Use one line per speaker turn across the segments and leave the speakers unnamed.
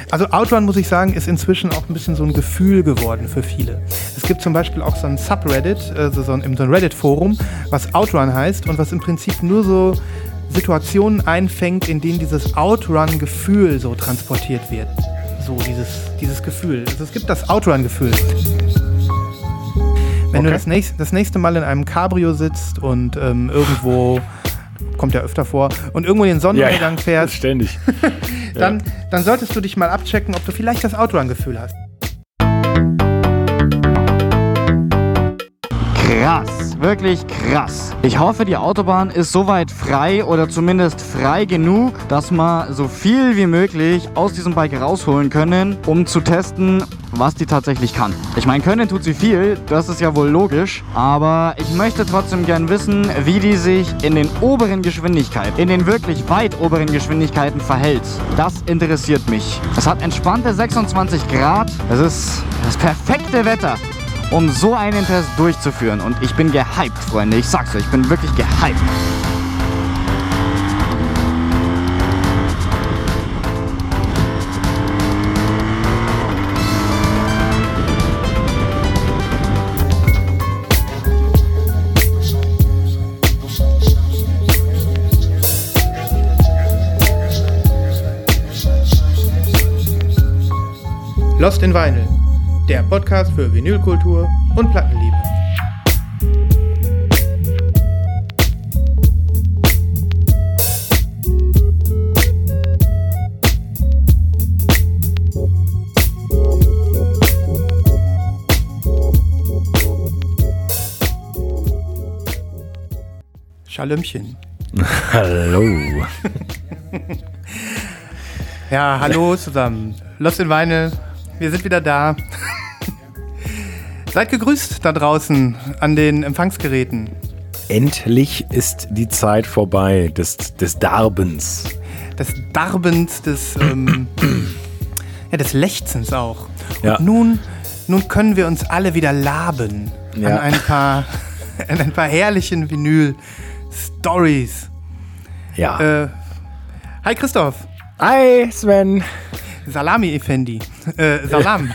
Also Outrun, muss ich sagen, ist inzwischen auch ein bisschen so ein Gefühl geworden für viele. Es gibt zum Beispiel auch so ein Subreddit, so ein Reddit-Forum, was Outrun heißt und was im Prinzip nur so Situationen einfängt, in denen dieses Outrun-Gefühl so transportiert wird. So dieses Gefühl. Also es gibt das Outrun-Gefühl. Wenn du das nächste Mal in einem Cabrio sitzt und irgendwo, kommt ja öfter vor, und irgendwo in den Sonnenuntergang fährst,
ständig.
dann solltest du dich mal abchecken, ob du vielleicht das Outrun-Gefühl hast.
Krass, wirklich krass. Ich hoffe, die Autobahn ist soweit frei oder zumindest frei genug, dass wir so viel wie möglich aus diesem Bike rausholen können, um zu testen, was die tatsächlich kann. Ich meine, können tut sie viel, das ist ja wohl logisch, aber ich möchte trotzdem gern wissen, wie die sich in den oberen Geschwindigkeiten, in den wirklich weit oberen Geschwindigkeiten verhält. Das interessiert mich. Es hat entspannte 26 Grad, es ist das perfekte Wetter, um so einen Test durchzuführen. Und ich bin gehypt, Freunde. Ich sag's euch, ich bin wirklich gehypt.
Lost in Vinyl, der Podcast für Vinylkultur und Plattenliebe. Schalömchen.
Hallo.
Ja, hallo zusammen. Lost in Vinyl, wir sind wieder da. Seid gegrüßt da draußen an den Empfangsgeräten.
Endlich ist die Zeit vorbei des Darbens.
Des Darbens, des Lechzens auch.
Ja.
Und nun können wir uns alle wieder laben an ein paar herrlichen Vinyl-Stories.
Ja.
Hi Christoph.
Hi Sven.
Salami Effendi. Salam.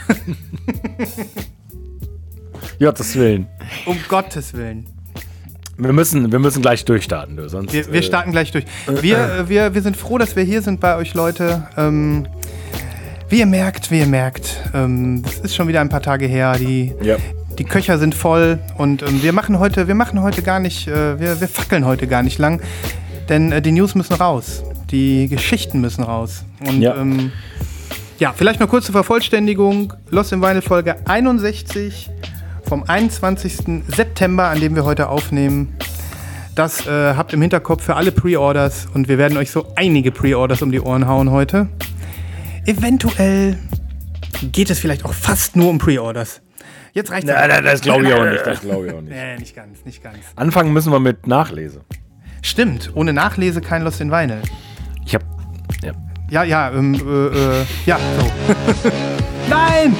Gottes Willen.
Um Gottes Willen.
Wir müssen gleich durchstarten, du. Sonst,
wir starten gleich durch. Wir sind froh, dass wir hier sind bei euch, Leute. Wie ihr merkt, es ist schon wieder ein paar Tage her. Die Köcher sind voll und wir machen heute gar nicht, wir fackeln heute gar nicht lang, denn die News müssen raus. Die Geschichten müssen raus. Und vielleicht noch kurz zur Vervollständigung. Lost in Vinyl Folge 61 vom 21. September, an dem wir heute aufnehmen. Das habt im Hinterkopf für alle Pre-Orders und wir werden euch so einige Pre-Orders um die Ohren hauen heute. Eventuell geht es vielleicht auch fast nur um Pre-Orders. Jetzt reicht's.
Nein, das glaube ich auch nicht.
Nee, nicht ganz.
Anfangen müssen wir mit Nachlese.
Stimmt, ohne Nachlese kein Lost in Vinyl.
Ich hab...
Ja, so. Nein!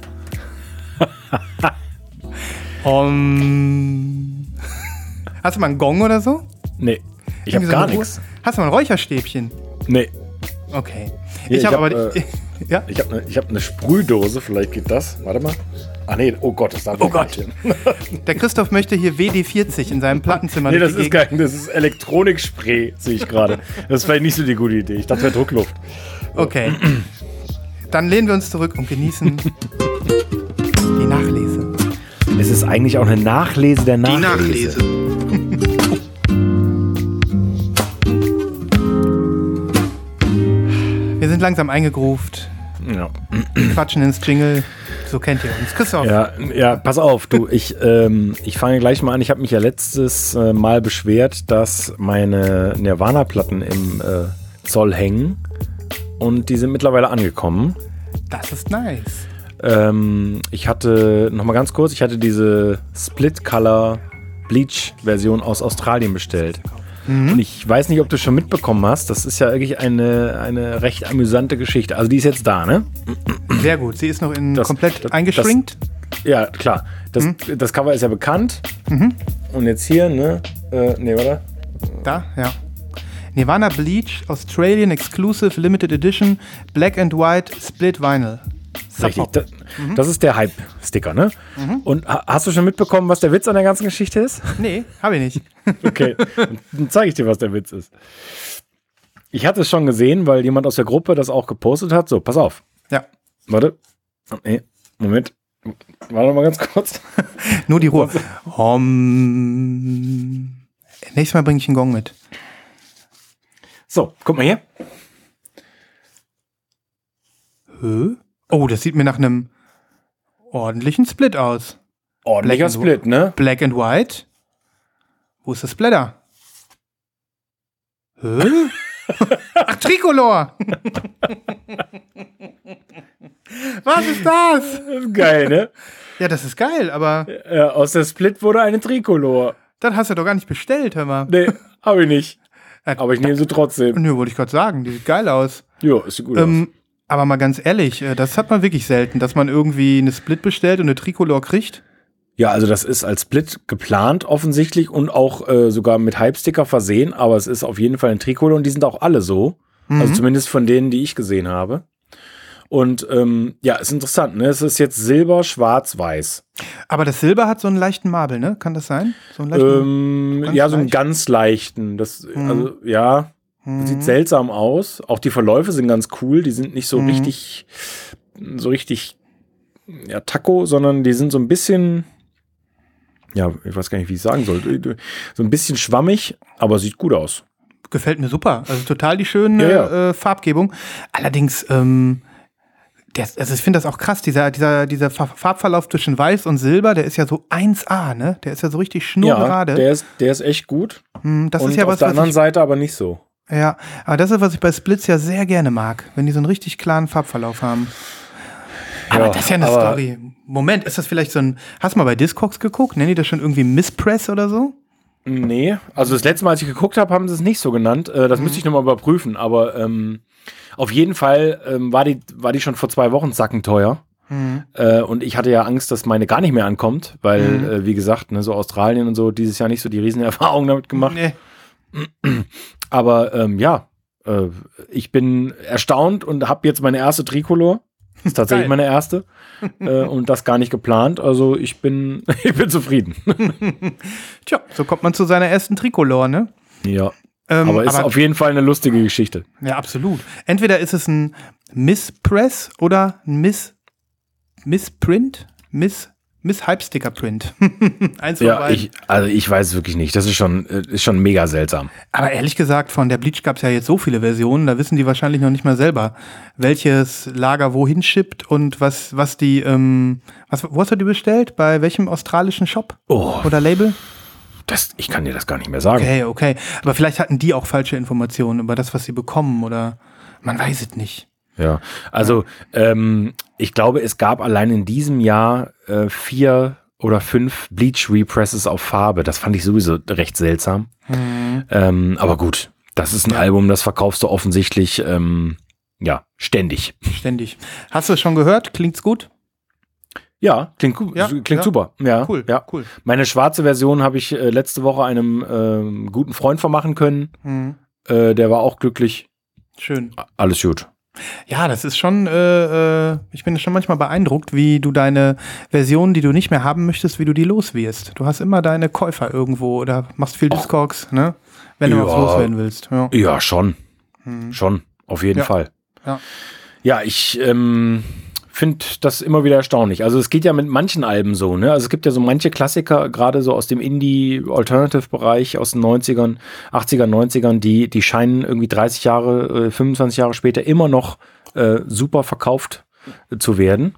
Hast du mal einen Gong oder so?
Nee, ich hab gar nichts.
Hast du mal ein Räucherstäbchen?
Nee.
Okay.
Ich hab eine Sprühdose, vielleicht geht das. Warte mal. Ah nee, oh Gott, das darf nicht.
Der Christoph möchte hier WD-40 in seinem Plattenzimmer.
Nee, das ist Elektronikspray, sehe ich gerade. Das ist vielleicht nicht so die gute Idee. Ich dachte, das wäre Druckluft. So.
Okay. Dann lehnen wir uns zurück und genießen die Nachlese.
Es ist eigentlich auch eine Nachlese der Nachlese.
Die Nachlese. Wir sind langsam eingegroovt.
Ja.
Quatschen ins Jingle. So kennt ihr uns. Christoph.
Ja, pass auf, du, ich fange gleich mal an. Ich habe mich ja letztes Mal beschwert, dass meine Nirvana-Platten im Zoll hängen und die sind mittlerweile angekommen.
Das ist nice.
Ich hatte, nochmal ganz kurz, diese Split-Color Bleach-Version aus Australien bestellt. Mhm. Und ich weiß nicht, ob du schon mitbekommen hast, das ist ja wirklich eine recht amüsante Geschichte. Also die ist jetzt da, ne?
Sehr gut, sie ist noch komplett eingeschrinkt.
Ja, klar. Das Cover ist ja bekannt. Mhm. Und jetzt hier, ne? Warte.
Da, ja. Nirvana Bleach Australian Exclusive Limited Edition Black and White Split Vinyl.
Richtig, das ist der Hype-Sticker, ne? Und hast du schon mitbekommen, was der Witz an der ganzen Geschichte ist?
Nee, habe ich nicht.
Okay, dann zeige ich dir, was der Witz ist. Ich hatte es schon gesehen, weil jemand aus der Gruppe das auch gepostet hat. So, pass auf.
Ja.
Warte. Nee, Moment. Warte mal ganz kurz.
Nur die Ruhe. Nächstes Mal bringe ich einen Gong mit.
So, guck mal hier.
Oh, das sieht mir nach einem ordentlichen Split aus.
Ordentlicher Split, ne?
Black and White. Wo ist das Splatter? Ach, Tricolor! Was ist das?
Das ist geil, ne?
Ja, das ist geil, aber
Ja, aus der Split wurde eine Tricolor.
das hast du doch gar nicht bestellt, hör mal.
Nee, habe ich nicht. Aber ich nehme sie trotzdem.
Nö, wollte ich gerade sagen, die sieht geil aus.
Jo, ist gut aus.
Aber mal ganz ehrlich, das hat man wirklich selten, dass man irgendwie eine Split bestellt und eine Tricolor kriegt.
Ja, also das ist als Split geplant offensichtlich und auch sogar mit Hype-Sticker versehen, aber es ist auf jeden Fall ein Tricolor und die sind auch alle so. Also zumindest von denen, die ich gesehen habe. Und ja, ist interessant, ne? Es ist jetzt Silber, Schwarz, Weiß.
Aber das Silber hat so einen leichten Marble, ne? Kann das sein? So einen leichten,
Ja, so einen ganz leichten. Das, also, ja, sieht seltsam aus. Auch die Verläufe sind ganz cool. Die sind nicht so richtig, ja, Taco, sondern die sind so ein bisschen, ja, ich weiß gar nicht, wie ich sagen soll. So ein bisschen schwammig, aber sieht gut aus.
Gefällt mir super. Also total die schöne Farbgebung. Allerdings, also ich finde das auch krass, dieser Farbverlauf zwischen Weiß und Silber, der ist ja so 1A, ne? Der ist ja so richtig schnurgerade.
Ja, der ist echt gut.
Das
und
ist ja
auf
was,
der anderen Seite aber nicht so.
Ja, aber das ist, was ich bei Splits ja sehr gerne mag, wenn die so einen richtig klaren Farbverlauf haben. Aber
Ja,
das ist ja eine Story. Moment, ist das vielleicht so ein, hast du mal bei Discogs geguckt? Nennen die das schon irgendwie Misspress oder so?
Nee, also das letzte Mal, als ich geguckt habe, haben sie es nicht so genannt. Das müsste ich nochmal überprüfen, aber auf jeden Fall war die schon vor 2 Wochen sackenteuer. Und ich hatte ja Angst, dass meine gar nicht mehr ankommt, weil, wie gesagt, ne, so Australien und so, dieses Jahr nicht so die Riesenerfahrung damit gemacht.
Nee.
Aber ich bin erstaunt und habe jetzt meine erste Tricolor. Das ist tatsächlich meine erste. Und das gar nicht geplant. Also ich bin zufrieden.
Tja, so kommt man zu seiner ersten Tricolor, ne?
Ja. Aber ist auf jeden Fall eine lustige Geschichte.
Ja, absolut. Entweder ist es ein Misspress oder ein Missprint, Miss-Hype-Sticker-Print. Eins von beiden.
Ich weiß es wirklich nicht. Das ist schon mega seltsam.
Aber ehrlich gesagt, von der Bleach gab es ja jetzt so viele Versionen, da wissen die wahrscheinlich noch nicht mal selber, welches Lager wohin shippt und was die, wo hast du die bestellt? Bei welchem australischen Shop? Oder Label?
Ich kann dir das gar nicht mehr sagen.
Okay. Aber vielleicht hatten die auch falsche Informationen über das, was sie bekommen, oder man weiß es nicht.
Ja, also ich glaube, es gab allein in diesem Jahr 4 oder 5 Bleach-Represses auf Farbe. Das fand ich sowieso recht seltsam. Aber gut, das ist ein Album, das verkaufst du offensichtlich ständig.
Ständig. Hast du es schon gehört? Klingt's gut?
Ja, klingt gut.
Ja,
klingt super. Ja,
cool,
ja.
Cool.
Meine schwarze Version habe ich letzte Woche einem guten Freund vermachen können. Der war auch glücklich.
Schön.
Alles gut.
Ja, das ist schon, ich bin schon manchmal beeindruckt, wie du deine Version, die du nicht mehr haben möchtest, wie du die los wirst. Du hast immer deine Käufer irgendwo oder machst viel Discogs, ne? Wenn du was loswerden willst.
Ja, schon. Schon, auf jeden Fall. Ja, ich finde das immer wieder erstaunlich. Also es geht ja mit manchen Alben so, ne? Also es gibt ja so manche Klassiker, gerade so aus dem Indie-Alternative-Bereich aus den 90ern, 80ern, 90ern, die scheinen irgendwie 30 Jahre, 25 Jahre später immer noch super verkauft zu werden.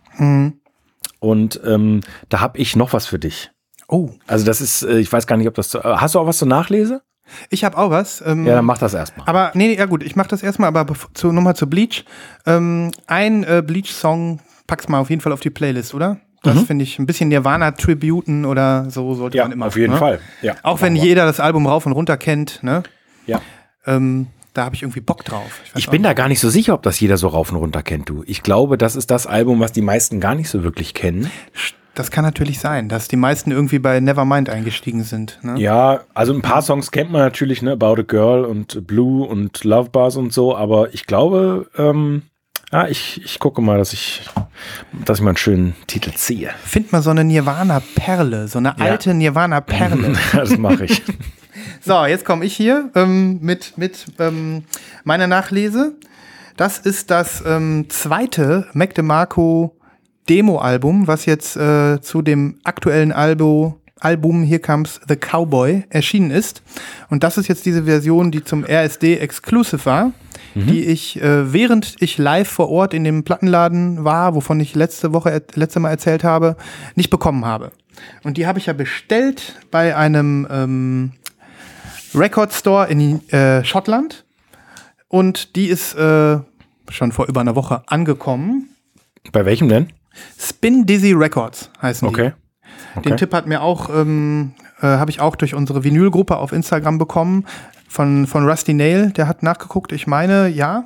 Und da habe ich noch was für dich.
Oh.
Also das ist, ich weiß gar nicht, ob das, hast du auch was zur Nachlese?
Ich habe auch was.
Ja, dann mach das erstmal.
Aber, ja gut, ich mach das erstmal, aber nochmal zu Bleach. Ein Bleach-Song pack's mal auf jeden Fall auf die Playlist, oder? Das finde ich ein bisschen Nirvana-Tributen oder so sollte man immer.
Auf jeden Fall. Ja,
auch wenn jeder das Album rauf und runter kennt, ne?
Ja.
Da habe ich irgendwie Bock drauf.
Ich bin da gar nicht so sicher, ob das jeder so rauf und runter kennt, du. Ich glaube, das ist das Album, was die meisten gar nicht so wirklich kennen.
Das kann natürlich sein, dass die meisten irgendwie bei Nevermind eingestiegen sind. Ne?
Ja, also ein paar Songs kennt man natürlich, ne? About a Girl und Blue und Love Bars und so, aber ich glaube, ich gucke mal, dass ich mal einen schönen Titel ziehe.
Find mal so eine Nirvana-Perle, so eine alte Nirvana-Perle.
Das mache ich.
So, jetzt komme ich hier mit meiner Nachlese. Das ist das zweite Mac DeMarco Demo-Album, was jetzt zu dem aktuellen Album Here Comes the Cowboy erschienen ist. Und das ist jetzt diese Version, die zum RSD Exclusive war, die ich, während ich live vor Ort in dem Plattenladen war, wovon ich letzte Mal erzählt habe, nicht bekommen habe. Und die habe ich ja bestellt bei einem Record Store in Schottland. Und die ist schon vor über einer Woche angekommen.
Bei welchem denn?
Spin Dizzy Records heißen die.
Okay.
Den Tipp hat mir auch, habe ich auch durch unsere Vinylgruppe auf Instagram bekommen von Rusty Nail. Der hat nachgeguckt, ich meine, ja.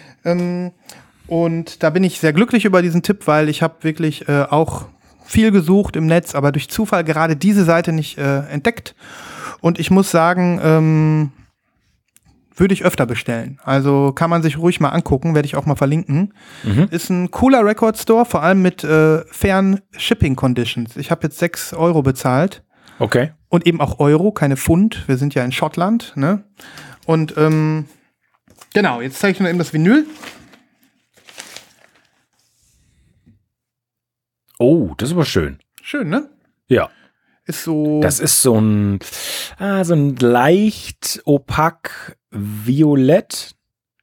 Und da bin ich sehr glücklich über diesen Tipp, weil ich habe wirklich auch viel gesucht im Netz, aber durch Zufall gerade diese Seite nicht entdeckt. Und ich muss sagen, würde ich öfter bestellen. Also kann man sich ruhig mal angucken, werde ich auch mal verlinken. Ist ein cooler Record Store, vor allem mit fairen Shipping Conditions. Ich habe jetzt 6 € bezahlt.
Okay.
Und eben auch Euro, keine Pfund. Wir sind ja in Schottland, ne? Und genau, jetzt zeige ich noch eben das Vinyl.
Oh, das ist aber schön.
Schön, ne?
Ja.
Ist so.
Das ist so ein leicht opak Violett.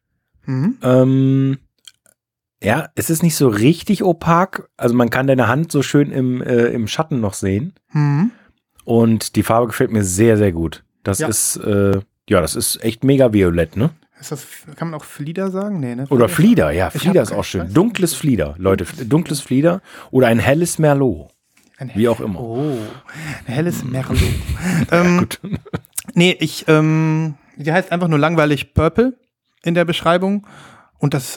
Ja, es ist nicht so richtig opak. Also man kann deine Hand so schön im Schatten noch sehen. Und die Farbe gefällt mir sehr, sehr gut. Das ist echt mega violett, ne?
Kann man auch Flieder sagen? Nee, ne?
Oder Flieder, ja. Flieder ist auch schön. Dunkles Flieder, Leute. Dunkles Flieder oder ein helles Merlot. Wie auch immer.
Oh, ein helles Merlot.
Gut.
Nee, die heißt einfach nur langweilig Purple in der Beschreibung. Und das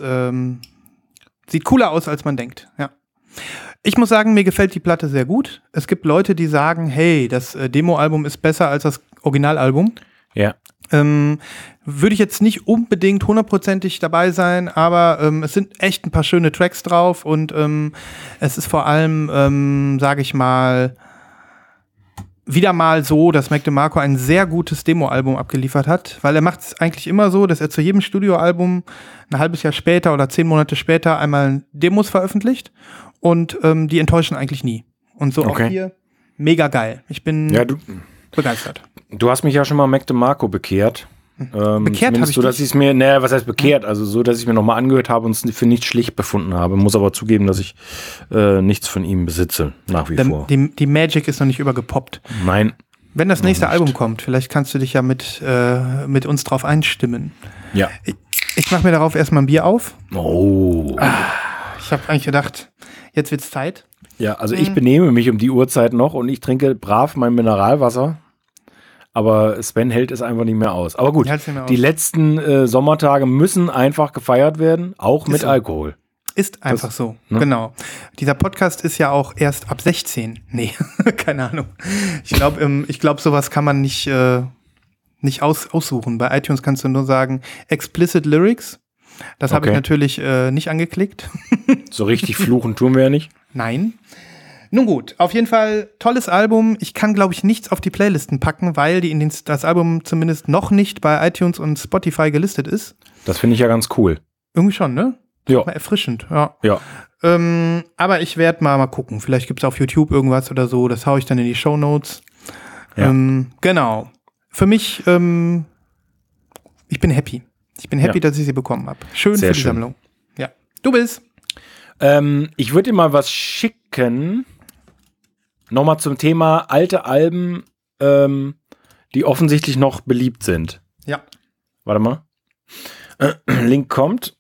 sieht cooler aus, als man denkt. Ja. Ich muss sagen, mir gefällt die Platte sehr gut. Es gibt Leute, die sagen, hey, das Demo-Album ist besser als das Originalalbum.
Ja.
Würde ich jetzt nicht unbedingt hundertprozentig dabei sein, aber es sind echt ein paar schöne Tracks drauf und es ist vor allem, sage ich mal, wieder mal so, dass Mac DeMarco ein sehr gutes Demo-Album abgeliefert hat, weil er macht es eigentlich immer so, dass er zu jedem Studioalbum ein halbes Jahr später oder 10 Monate später einmal Demos veröffentlicht und die enttäuschen eigentlich nie. Und so auch hier, mega geil. Ich bin begeistert.
Du hast mich ja schon mal Mac DeMarco bekehrt.
Bekehrt habe ich
so, dass ich es mir, was heißt bekehrt? Also so, dass ich mir nochmal angehört habe und es für nicht schlicht befunden habe. Muss aber zugeben, dass ich nichts von ihm besitze, nach wie vor.
Die Magic ist noch nicht übergepoppt.
Nein.
Wenn das nächste Album kommt, vielleicht kannst du dich ja mit uns drauf einstimmen.
Ja.
Ich mache mir darauf erstmal ein Bier auf.
Oh.
Ich habe eigentlich gedacht, jetzt wird's Zeit.
Ja, also ich benehme mich um die Uhrzeit noch und ich trinke brav mein Mineralwasser. Aber Sven hält es einfach nicht mehr aus. Aber gut, die letzten Sommertage müssen einfach gefeiert werden, auch mit Alkohol.
Ist einfach so, genau. Dieser Podcast ist ja auch erst ab 16. Nee, keine Ahnung. Ich glaube, sowas kann man nicht aussuchen. Bei iTunes kannst du nur sagen, explicit Lyrics. Das habe ich natürlich nicht angeklickt.
So richtig fluchen tun wir ja nicht.
Nein. Nun gut, auf jeden Fall tolles Album. Ich kann, glaube ich, nichts auf die Playlisten packen, weil das Album zumindest noch nicht bei iTunes und Spotify gelistet ist.
Das finde ich ja ganz cool.
Irgendwie schon, ne?
Ja.
Mal erfrischend, ja.
Ja.
Aber ich werde mal gucken. Vielleicht gibt es auf YouTube irgendwas oder so. Das haue ich dann in die Shownotes.
Ja.
Genau. Für mich, ich bin happy. Ich bin happy, dass ich sie bekommen habe. Schön
sehr
für die
schön.
Sammlung. Ja. Du bist.
Ich würde dir mal was schicken. Nochmal zum Thema alte Alben, die offensichtlich noch beliebt sind.
Ja.
Warte mal. Link kommt.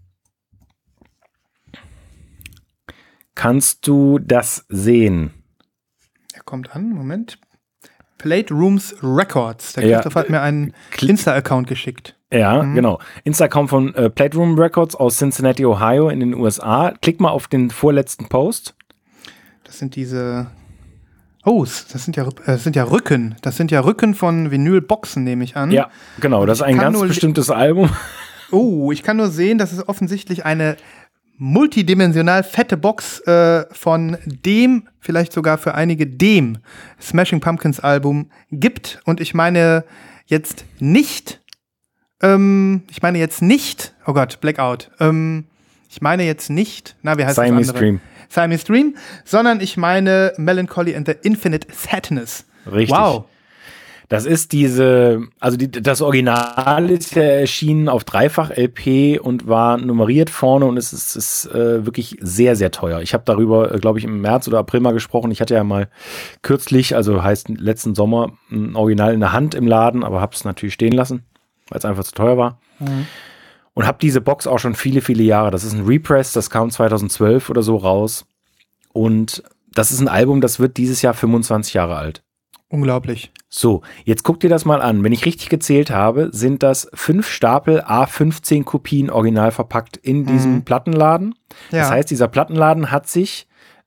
Kannst du das sehen?
Er kommt an, Moment. Plate Rooms Records. Der Christoph hat mir einen Insta-Account geschickt.
Ja, genau. Insta-Account von Plate Room Records aus Cincinnati, Ohio in den USA. Klick mal auf den vorletzten Post.
Das sind diese... Oh, das sind ja Rücken. Das sind ja Rücken von Vinylboxen, nehme ich an.
Ja, genau. Das ist ein ganz bestimmtes Album.
Oh, ich kann nur sehen, dass es offensichtlich eine multidimensional fette Box von dem, vielleicht sogar für einige dem Smashing Pumpkins Album gibt. Und ich meine jetzt nicht, oh Gott, Blackout. Ich meine jetzt nicht, wie heißt
Siamese
das andere?
Dream.
Siamese Dream, sondern ich meine Melancholy and the Infinite Sadness.
Richtig.
Wow.
Das ist das Original ist ja erschienen auf Dreifach-LP und war nummeriert vorne und es ist wirklich sehr, sehr teuer. Ich habe darüber, glaube ich, im März oder April mal gesprochen. Ich hatte ja mal kürzlich, also heißt letzten Sommer, ein Original in der Hand im Laden, aber habe es natürlich stehen lassen, weil es einfach zu teuer war. Mhm. Und habe diese Box auch schon viele, viele Jahre. Das ist ein Repress, das kam 2012 oder so raus. Und das ist ein Album, das wird dieses Jahr 25 Jahre alt.
Unglaublich.
So, jetzt guck dir das mal an. Wenn ich richtig gezählt habe, sind das 5 Stapel A15 Kopien original verpackt in diesem Plattenladen. Ja. Das heißt, dieser Plattenladen hat sich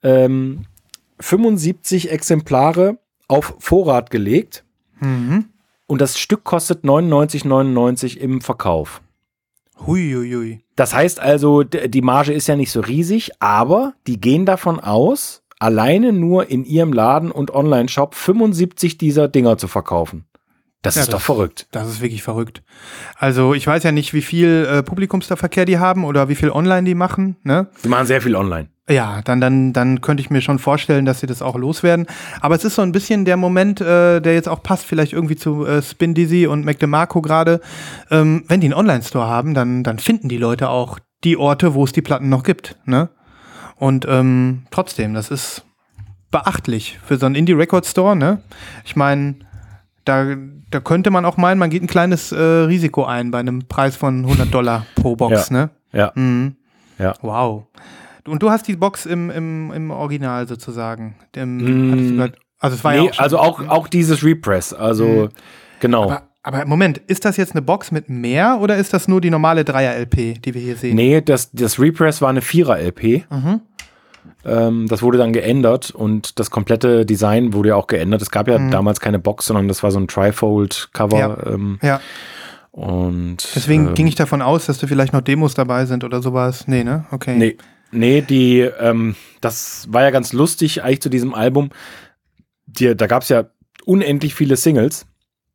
75 Exemplare auf Vorrat gelegt. Mhm. Und das Stück kostet 99,99 im Verkauf.
Huiuiui.
Das heißt also, die Marge ist ja nicht so riesig, aber die gehen davon aus, alleine nur in ihrem Laden und Online-Shop 75 dieser Dinger zu verkaufen. Das ist doch verrückt.
Das ist wirklich verrückt. Also ich weiß ja nicht, wie viel Publikumsverkehr die haben oder wie viel online die machen. Ne?
Die machen sehr viel online.
Ja, dann könnte ich mir schon vorstellen, dass sie das auch loswerden. Aber es ist so ein bisschen der Moment, der jetzt auch passt, vielleicht irgendwie zu Spin Dizzy und Mac DeMarco gerade. Wenn die einen Online-Store haben, dann finden die Leute auch die Orte, wo es die Platten noch gibt. Ne? Und trotzdem, das ist beachtlich für so einen Indie-Record-Store. Ne? Ich meine, da könnte man auch meinen, man geht ein kleines Risiko ein bei einem Preis von $100 pro Box.
Ja.
Ne?
Ja.
Mhm.
Ja.
Wow. Und du hast die Box im Original sozusagen. Also es war ja auch schon,
also auch dieses Repress. Also genau.
Aber Moment, ist das jetzt eine Box mit mehr oder ist das nur die normale 3er-LP, die wir hier sehen?
Nee, das Repress war eine 4er-LP. Das wurde dann geändert und das komplette Design wurde ja auch geändert. Es gab ja damals keine Box, sondern das war so ein Trifold-Cover.
Ja.
Und
deswegen ging ich davon aus, dass da vielleicht noch Demos dabei sind oder sowas. Nee, ne? Okay.
Nee, das war ja ganz lustig eigentlich zu diesem Album. Da gab es ja unendlich viele Singles.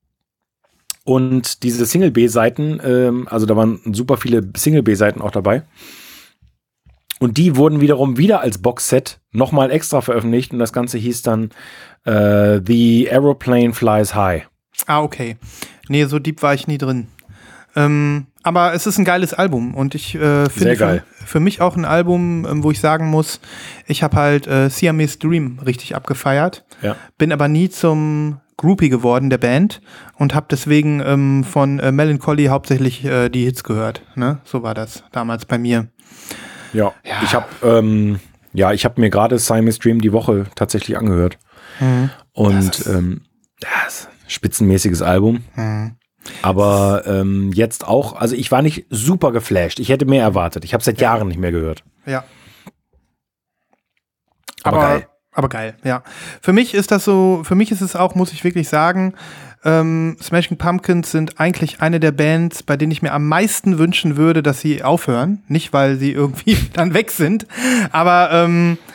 Und diese Single-B-Seiten, also da waren super viele Single-B-Seiten auch dabei. Und die wurden wiederum wieder als Boxset nochmal extra veröffentlicht. Und das Ganze hieß dann The Aeroplane Flies High.
Ah, okay. Nee, so deep war ich nie drin. Aber es ist ein geiles Album und ich finde für mich auch ein Album, wo ich sagen muss, ich habe halt Siamese Dream richtig abgefeiert, bin aber nie zum Groupie geworden der Band und habe deswegen von Melancholy hauptsächlich die Hits gehört. Ne? So war das damals bei mir.
Ja. Ich habe mir gerade Siamese Dream die Woche tatsächlich angehört. Und spitzenmäßiges Album. Aber jetzt auch, also ich war nicht super geflasht. Ich hätte mehr erwartet. Ich habe seit Jahren nicht mehr gehört.
Ja.
Aber geil.
Aber geil, ja. Für mich ist es auch, muss ich wirklich sagen, Smashing Pumpkins sind eigentlich eine der Bands, bei denen ich mir am meisten wünschen würde, dass sie aufhören. Nicht, weil sie irgendwie dann weg sind, aber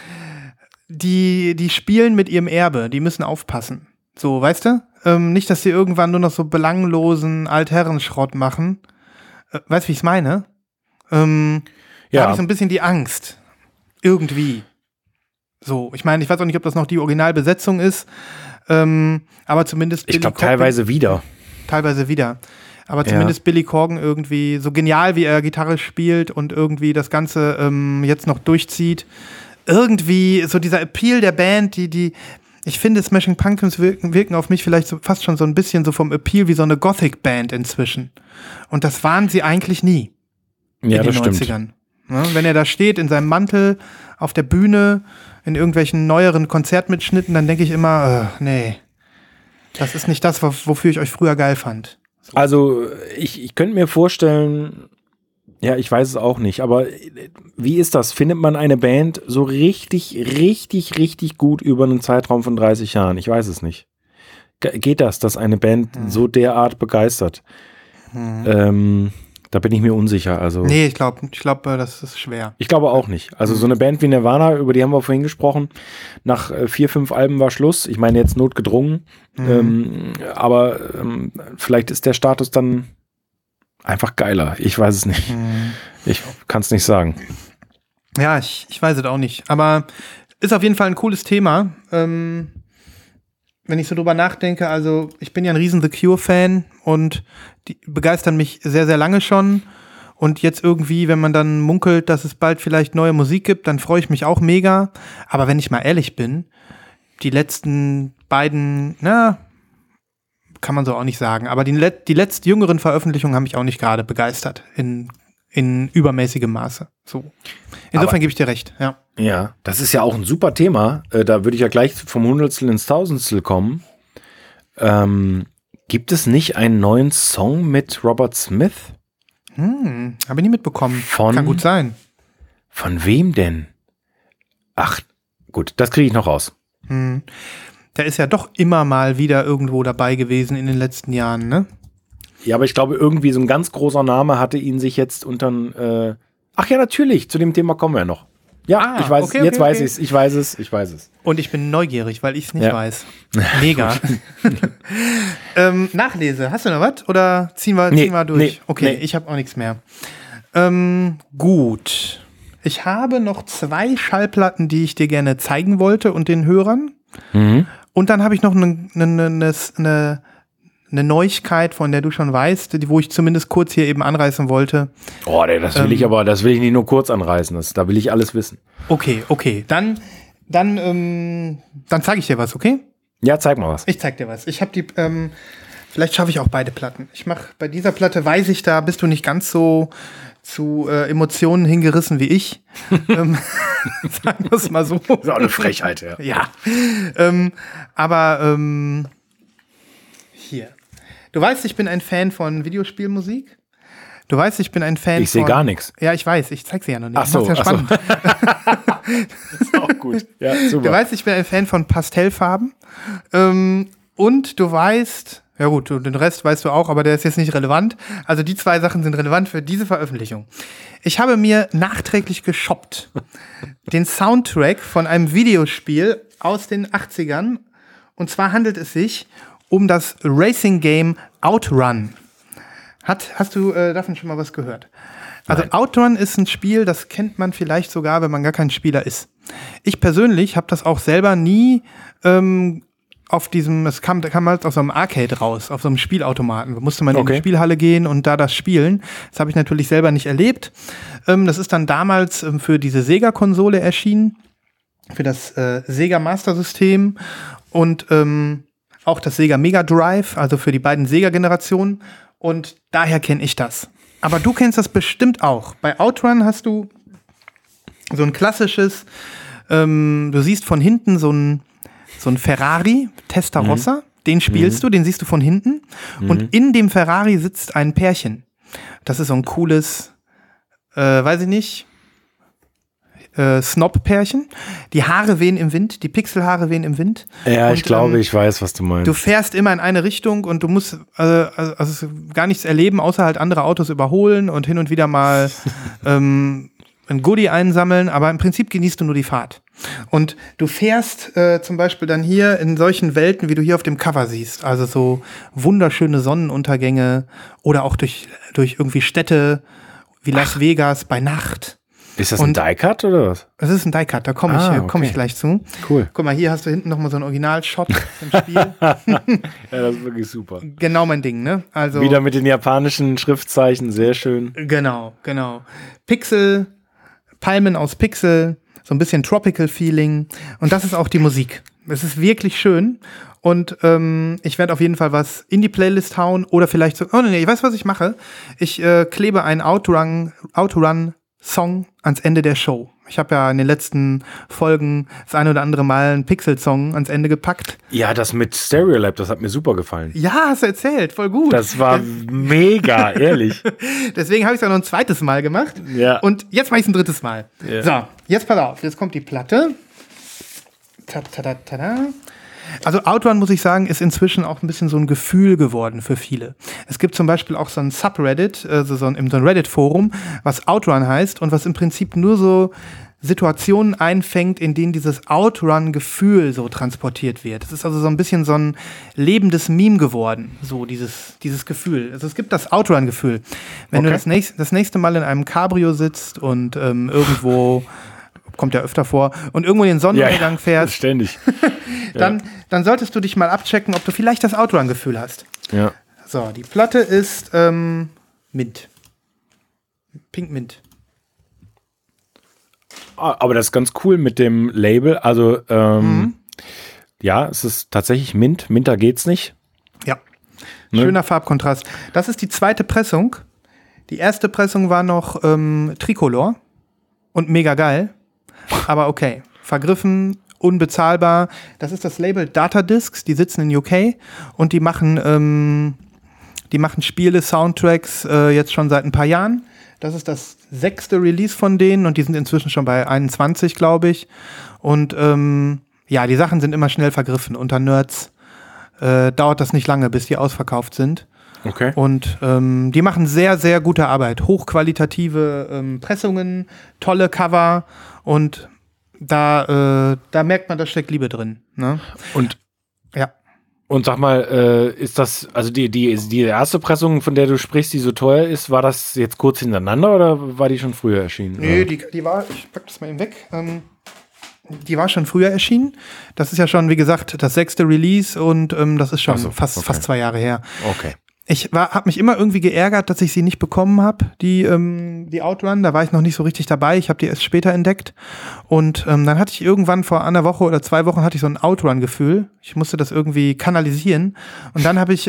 die spielen mit ihrem Erbe. Die müssen aufpassen. So, weißt du? Nicht, dass sie irgendwann nur noch so belanglosen Altherrenschrott machen. Weißt du, wie ich es meine? Da habe ich so ein bisschen die Angst. Irgendwie. So, ich meine, ich weiß auch nicht, ob das noch die Originalbesetzung ist, aber zumindest
ich glaube teilweise wieder.
Teilweise wieder. Aber zumindest Billy Corgan irgendwie, so genial wie er Gitarre spielt und irgendwie das Ganze jetzt noch durchzieht. Irgendwie so dieser Appeal der Band, ich finde, Smashing Pumpkins wirken auf mich vielleicht so, fast schon so ein bisschen so vom Appeal wie so eine Gothic-Band inzwischen. Und das waren sie eigentlich nie.
Ja,
in den 90ern.
Stimmt.
Ja, wenn er da steht in seinem Mantel auf der Bühne, in irgendwelchen neueren Konzertmitschnitten, dann denke ich immer, nee, das ist nicht das, wofür ich euch früher geil fand. So.
Also ich könnte mir vorstellen, Ja, ich weiß es auch nicht, aber wie ist das? Findet man eine Band so richtig, richtig, richtig gut über einen Zeitraum von 30 Jahren? Ich weiß es nicht. Geht das, dass eine Band so derart begeistert? Da bin ich mir unsicher. Also,
Nee, ich glaube, das ist schwer.
ich glaube auch nicht. Also so eine Band wie Nirvana, über die haben wir vorhin gesprochen, nach 4, 5 Alben war Schluss. Ich meine jetzt notgedrungen. Aber vielleicht ist der Status dann einfach geiler. Ich weiß es nicht. Ich kann es nicht sagen.
Ja, ich weiß es auch nicht. Aber ist auf jeden Fall ein cooles Thema. Wenn ich so drüber nachdenke, also ich bin ja ein riesen The Cure-Fan und die begeistern mich sehr, sehr lange schon. Und jetzt irgendwie, wenn man dann munkelt, dass es bald vielleicht neue Musik gibt, dann freue ich mich auch mega. Aber wenn ich mal ehrlich bin, die letzten beiden, kann man so auch nicht sagen, aber die letzten jüngeren Veröffentlichungen haben mich auch nicht gerade begeistert in übermäßigem Maße. So. Insofern gebe ich dir recht, ja.
Ja, das ist ja auch ein super Thema. Da würde ich ja gleich vom Hundertstel ins Tausendstel kommen. Gibt es nicht einen neuen Song mit Robert Smith?
Habe ich nie mitbekommen. Kann gut sein.
Von wem denn? Ach, gut, das kriege ich noch raus.
Der ist ja doch immer mal wieder irgendwo dabei gewesen in den letzten Jahren, ne?
Ja, aber ich glaube, irgendwie so ein ganz großer Name hatte ihn sich jetzt ach ja, natürlich, zu dem Thema kommen wir noch. Ja, ich weiß,
okay,
jetzt
okay,
weiß ich es, ich weiß es.
Und ich bin neugierig, weil ich es nicht weiß. Mega. Nachlese, hast du noch was? Oder ziehen wir durch?
Nee,
okay, ich habe auch nichts mehr. Gut. Ich habe noch 2 Schallplatten, die ich dir gerne zeigen wollte und den Hörern. Und dann habe ich noch eine Neuigkeit, von der du schon weißt, wo ich zumindest kurz hier eben anreißen wollte.
Oh, das will ich aber, das will ich nicht nur kurz anreißen, da will ich alles wissen.
Okay. Dann zeige ich dir was, okay?
Ja, zeig mal was.
Ich zeig dir was. Ich habe vielleicht schaffe ich auch beide Platten. Bei dieser Platte weiß ich, da bist du nicht ganz so zu Emotionen hingerissen wie ich. Sagen wir es mal so.
Das ist auch eine Frechheit, ja.
Ja. Aber hier. Du weißt, ich bin ein Fan von Videospielmusik. Du weißt, ich bin ein Fan
Ich sehe gar nichts.
Ja, ich weiß. Ich zeig sie ja noch nicht.
Ach so,
das ist ja spannend.
Das ist auch gut. Ja, super.
Du weißt, ich bin ein Fan von Pastellfarben. Und du weißt, ja gut, den Rest weißt du auch, aber der ist jetzt nicht relevant. Also die 2 Sachen sind relevant für diese Veröffentlichung. Ich habe mir nachträglich geshoppt den Soundtrack von einem Videospiel aus den 80ern. Und zwar handelt es sich um das Racing-Game Outrun. Hast du davon schon mal was gehört? Also Nein. Outrun ist ein Spiel, das kennt man vielleicht sogar, wenn man gar kein Spieler ist. Ich persönlich habe das auch selber nie es kam halt aus so einem Arcade raus, auf so einem Spielautomaten. Da musste man in die Spielhalle gehen und da das spielen. Das habe ich natürlich selber nicht erlebt. Das ist dann damals für diese Sega-Konsole erschienen, für das Sega Master System und auch das Sega Mega Drive, also für die beiden Sega-Generationen. Und daher kenne ich das. Aber du kennst das bestimmt auch. Bei Outrun hast du so ein klassisches, du siehst von hinten so ein Ferrari Testarossa, den spielst du, den siehst du von hinten. Und in dem Ferrari sitzt ein Pärchen. Das ist so ein cooles, weiß ich nicht, Snob-Pärchen. Die Haare wehen im Wind, die Pixelhaare wehen im Wind.
Ja,
und,
ich glaube, ich weiß, was du meinst.
Du fährst immer in eine Richtung und du musst also gar nichts erleben, außer halt andere Autos überholen und hin und wieder mal ein Goodie einsammeln, aber im Prinzip genießt du nur die Fahrt. Und du fährst zum Beispiel dann hier in solchen Welten, wie du hier auf dem Cover siehst, also so wunderschöne Sonnenuntergänge oder auch durch irgendwie Städte wie Las Vegas bei Nacht.
Ist das ein Die-Cut oder was?
Es ist ein Die-Cut, da komme ich gleich zu.
Cool.
Guck mal, hier hast du hinten nochmal so einen Original-Shot im Spiel.
Ja, das ist wirklich super.
Genau mein Ding, ne? Also
wieder mit den japanischen Schriftzeichen, sehr schön.
Genau. Pixel, Palmen aus Pixel, so ein bisschen Tropical-Feeling. Und das ist auch die Musik. Es ist wirklich schön. Und ich werde auf jeden Fall was in die Playlist hauen oder vielleicht so. Oh nee, ich weiß, was ich mache. Ich klebe einen Outrun-Song ans Ende der Show. Ich habe ja in den letzten Folgen das eine oder andere Mal einen Pixel-Song ans Ende gepackt.
Ja, das mit Stereolab, das hat mir super gefallen.
Ja, hast du erzählt, voll gut.
Das war mega, ehrlich.
Deswegen habe ich es ja noch ein zweites Mal gemacht.
Ja.
Und jetzt mache ich es ein drittes Mal.
Ja.
So, jetzt pass auf, jetzt kommt die Platte. Tada. Also Outrun, muss ich sagen, ist inzwischen auch ein bisschen so ein Gefühl geworden für viele. Es gibt zum Beispiel auch so ein Subreddit, so ein Reddit-Forum, was Outrun heißt und was im Prinzip nur so Situationen einfängt, in denen dieses Outrun-Gefühl so transportiert wird. Es ist also so ein bisschen so ein lebendes Meme geworden, so dieses Gefühl. Also es gibt das Outrun-Gefühl. Wenn du das nächste Mal in einem Cabrio sitzt und irgendwo kommt ja öfter vor, und irgendwo in den Sonnenuntergang fährst,
ständig.
dann solltest du dich mal abchecken, ob du vielleicht das Outrun-Gefühl hast.
Ja.
So, die Platte ist Mint. Pink Mint.
Aber das ist ganz cool mit dem Label. Also, ja, es ist tatsächlich Mint. Minter geht's nicht.
Ja. Schöner Farbkontrast. Das ist die zweite Pressung. Die erste Pressung war noch Tricolor und mega geil. Aber okay, vergriffen, unbezahlbar. Das ist das Label Datadiscs, die sitzen in UK und die machen Spiele, Soundtracks jetzt schon seit ein paar Jahren. Das ist das 6. Release von denen und die sind inzwischen schon bei 21, glaube ich. Und die Sachen sind immer schnell vergriffen. Unter Nerds dauert das nicht lange, bis die ausverkauft sind.
Okay.
Und die machen sehr, sehr gute Arbeit. Hochqualitative Pressungen, tolle Cover und da merkt man, da steckt Liebe drin. Ne?
Und
ja.
Und sag mal, ist das, also die erste Pressung, von der du sprichst, die so teuer ist, war das jetzt kurz hintereinander oder war die schon früher erschienen?
Nee, die war, ich pack das mal eben weg, die war schon früher erschienen. Das ist ja schon, wie gesagt, das 6. Release und das ist schon fast 2 Jahre her.
Okay.
Ich habe mich immer irgendwie geärgert, dass ich sie nicht bekommen habe, die Outrun. Da war ich noch nicht so richtig dabei. Ich habe die erst später entdeckt. Und dann hatte ich irgendwann vor einer Woche oder 2 Wochen hatte ich so ein Outrun-Gefühl. Ich musste das irgendwie kanalisieren. Und dann habe ich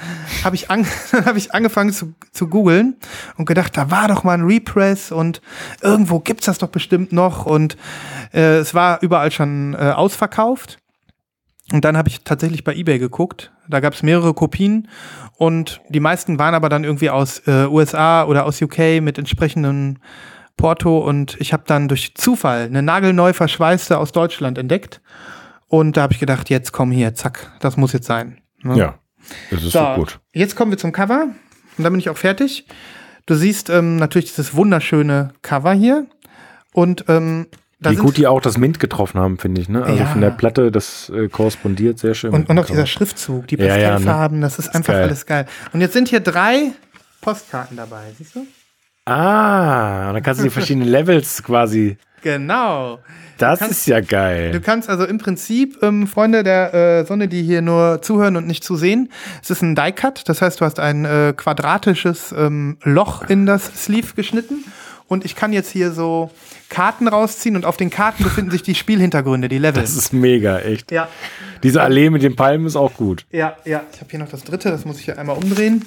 angefangen zu googeln und gedacht, da war doch mal ein Repress und irgendwo gibt's das doch bestimmt noch. Und es war überall schon ausverkauft. Und dann habe ich tatsächlich bei eBay geguckt. Da gab es mehrere Kopien und die meisten waren aber dann irgendwie aus USA oder aus UK mit entsprechendem Porto und ich habe dann durch Zufall eine nagelneu verschweißte aus Deutschland entdeckt und da habe ich gedacht, jetzt komm hier, zack, das muss jetzt sein. Ne?
Ja, das ist so gut.
Jetzt kommen wir zum Cover und dann bin ich auch fertig. Du siehst natürlich dieses wunderschöne Cover hier und
wie gut die auch das Mint getroffen haben, finde ich. Ne? Also von der Platte, das korrespondiert sehr schön.
Und auch dieser Schriftzug, die Pastellfarben, das ist einfach alles geil. Und jetzt sind hier 3 Postkarten dabei, siehst du?
Ah, und dann kannst du die verschiedenen Levels quasi.
Genau.
Das ist ja geil.
Du kannst also im Prinzip, Freunde der Sonne, die hier nur zuhören und nicht zusehen, es ist ein Die-Cut, das heißt, du hast ein quadratisches Loch in das Sleeve geschnitten. Und ich kann jetzt hier so Karten rausziehen und auf den Karten befinden sich die Spielhintergründe, die Level.
Das ist mega, echt.
Ja.
Diese Allee mit den Palmen ist auch gut.
Ja. Ich habe hier noch das 3., das muss ich hier einmal umdrehen.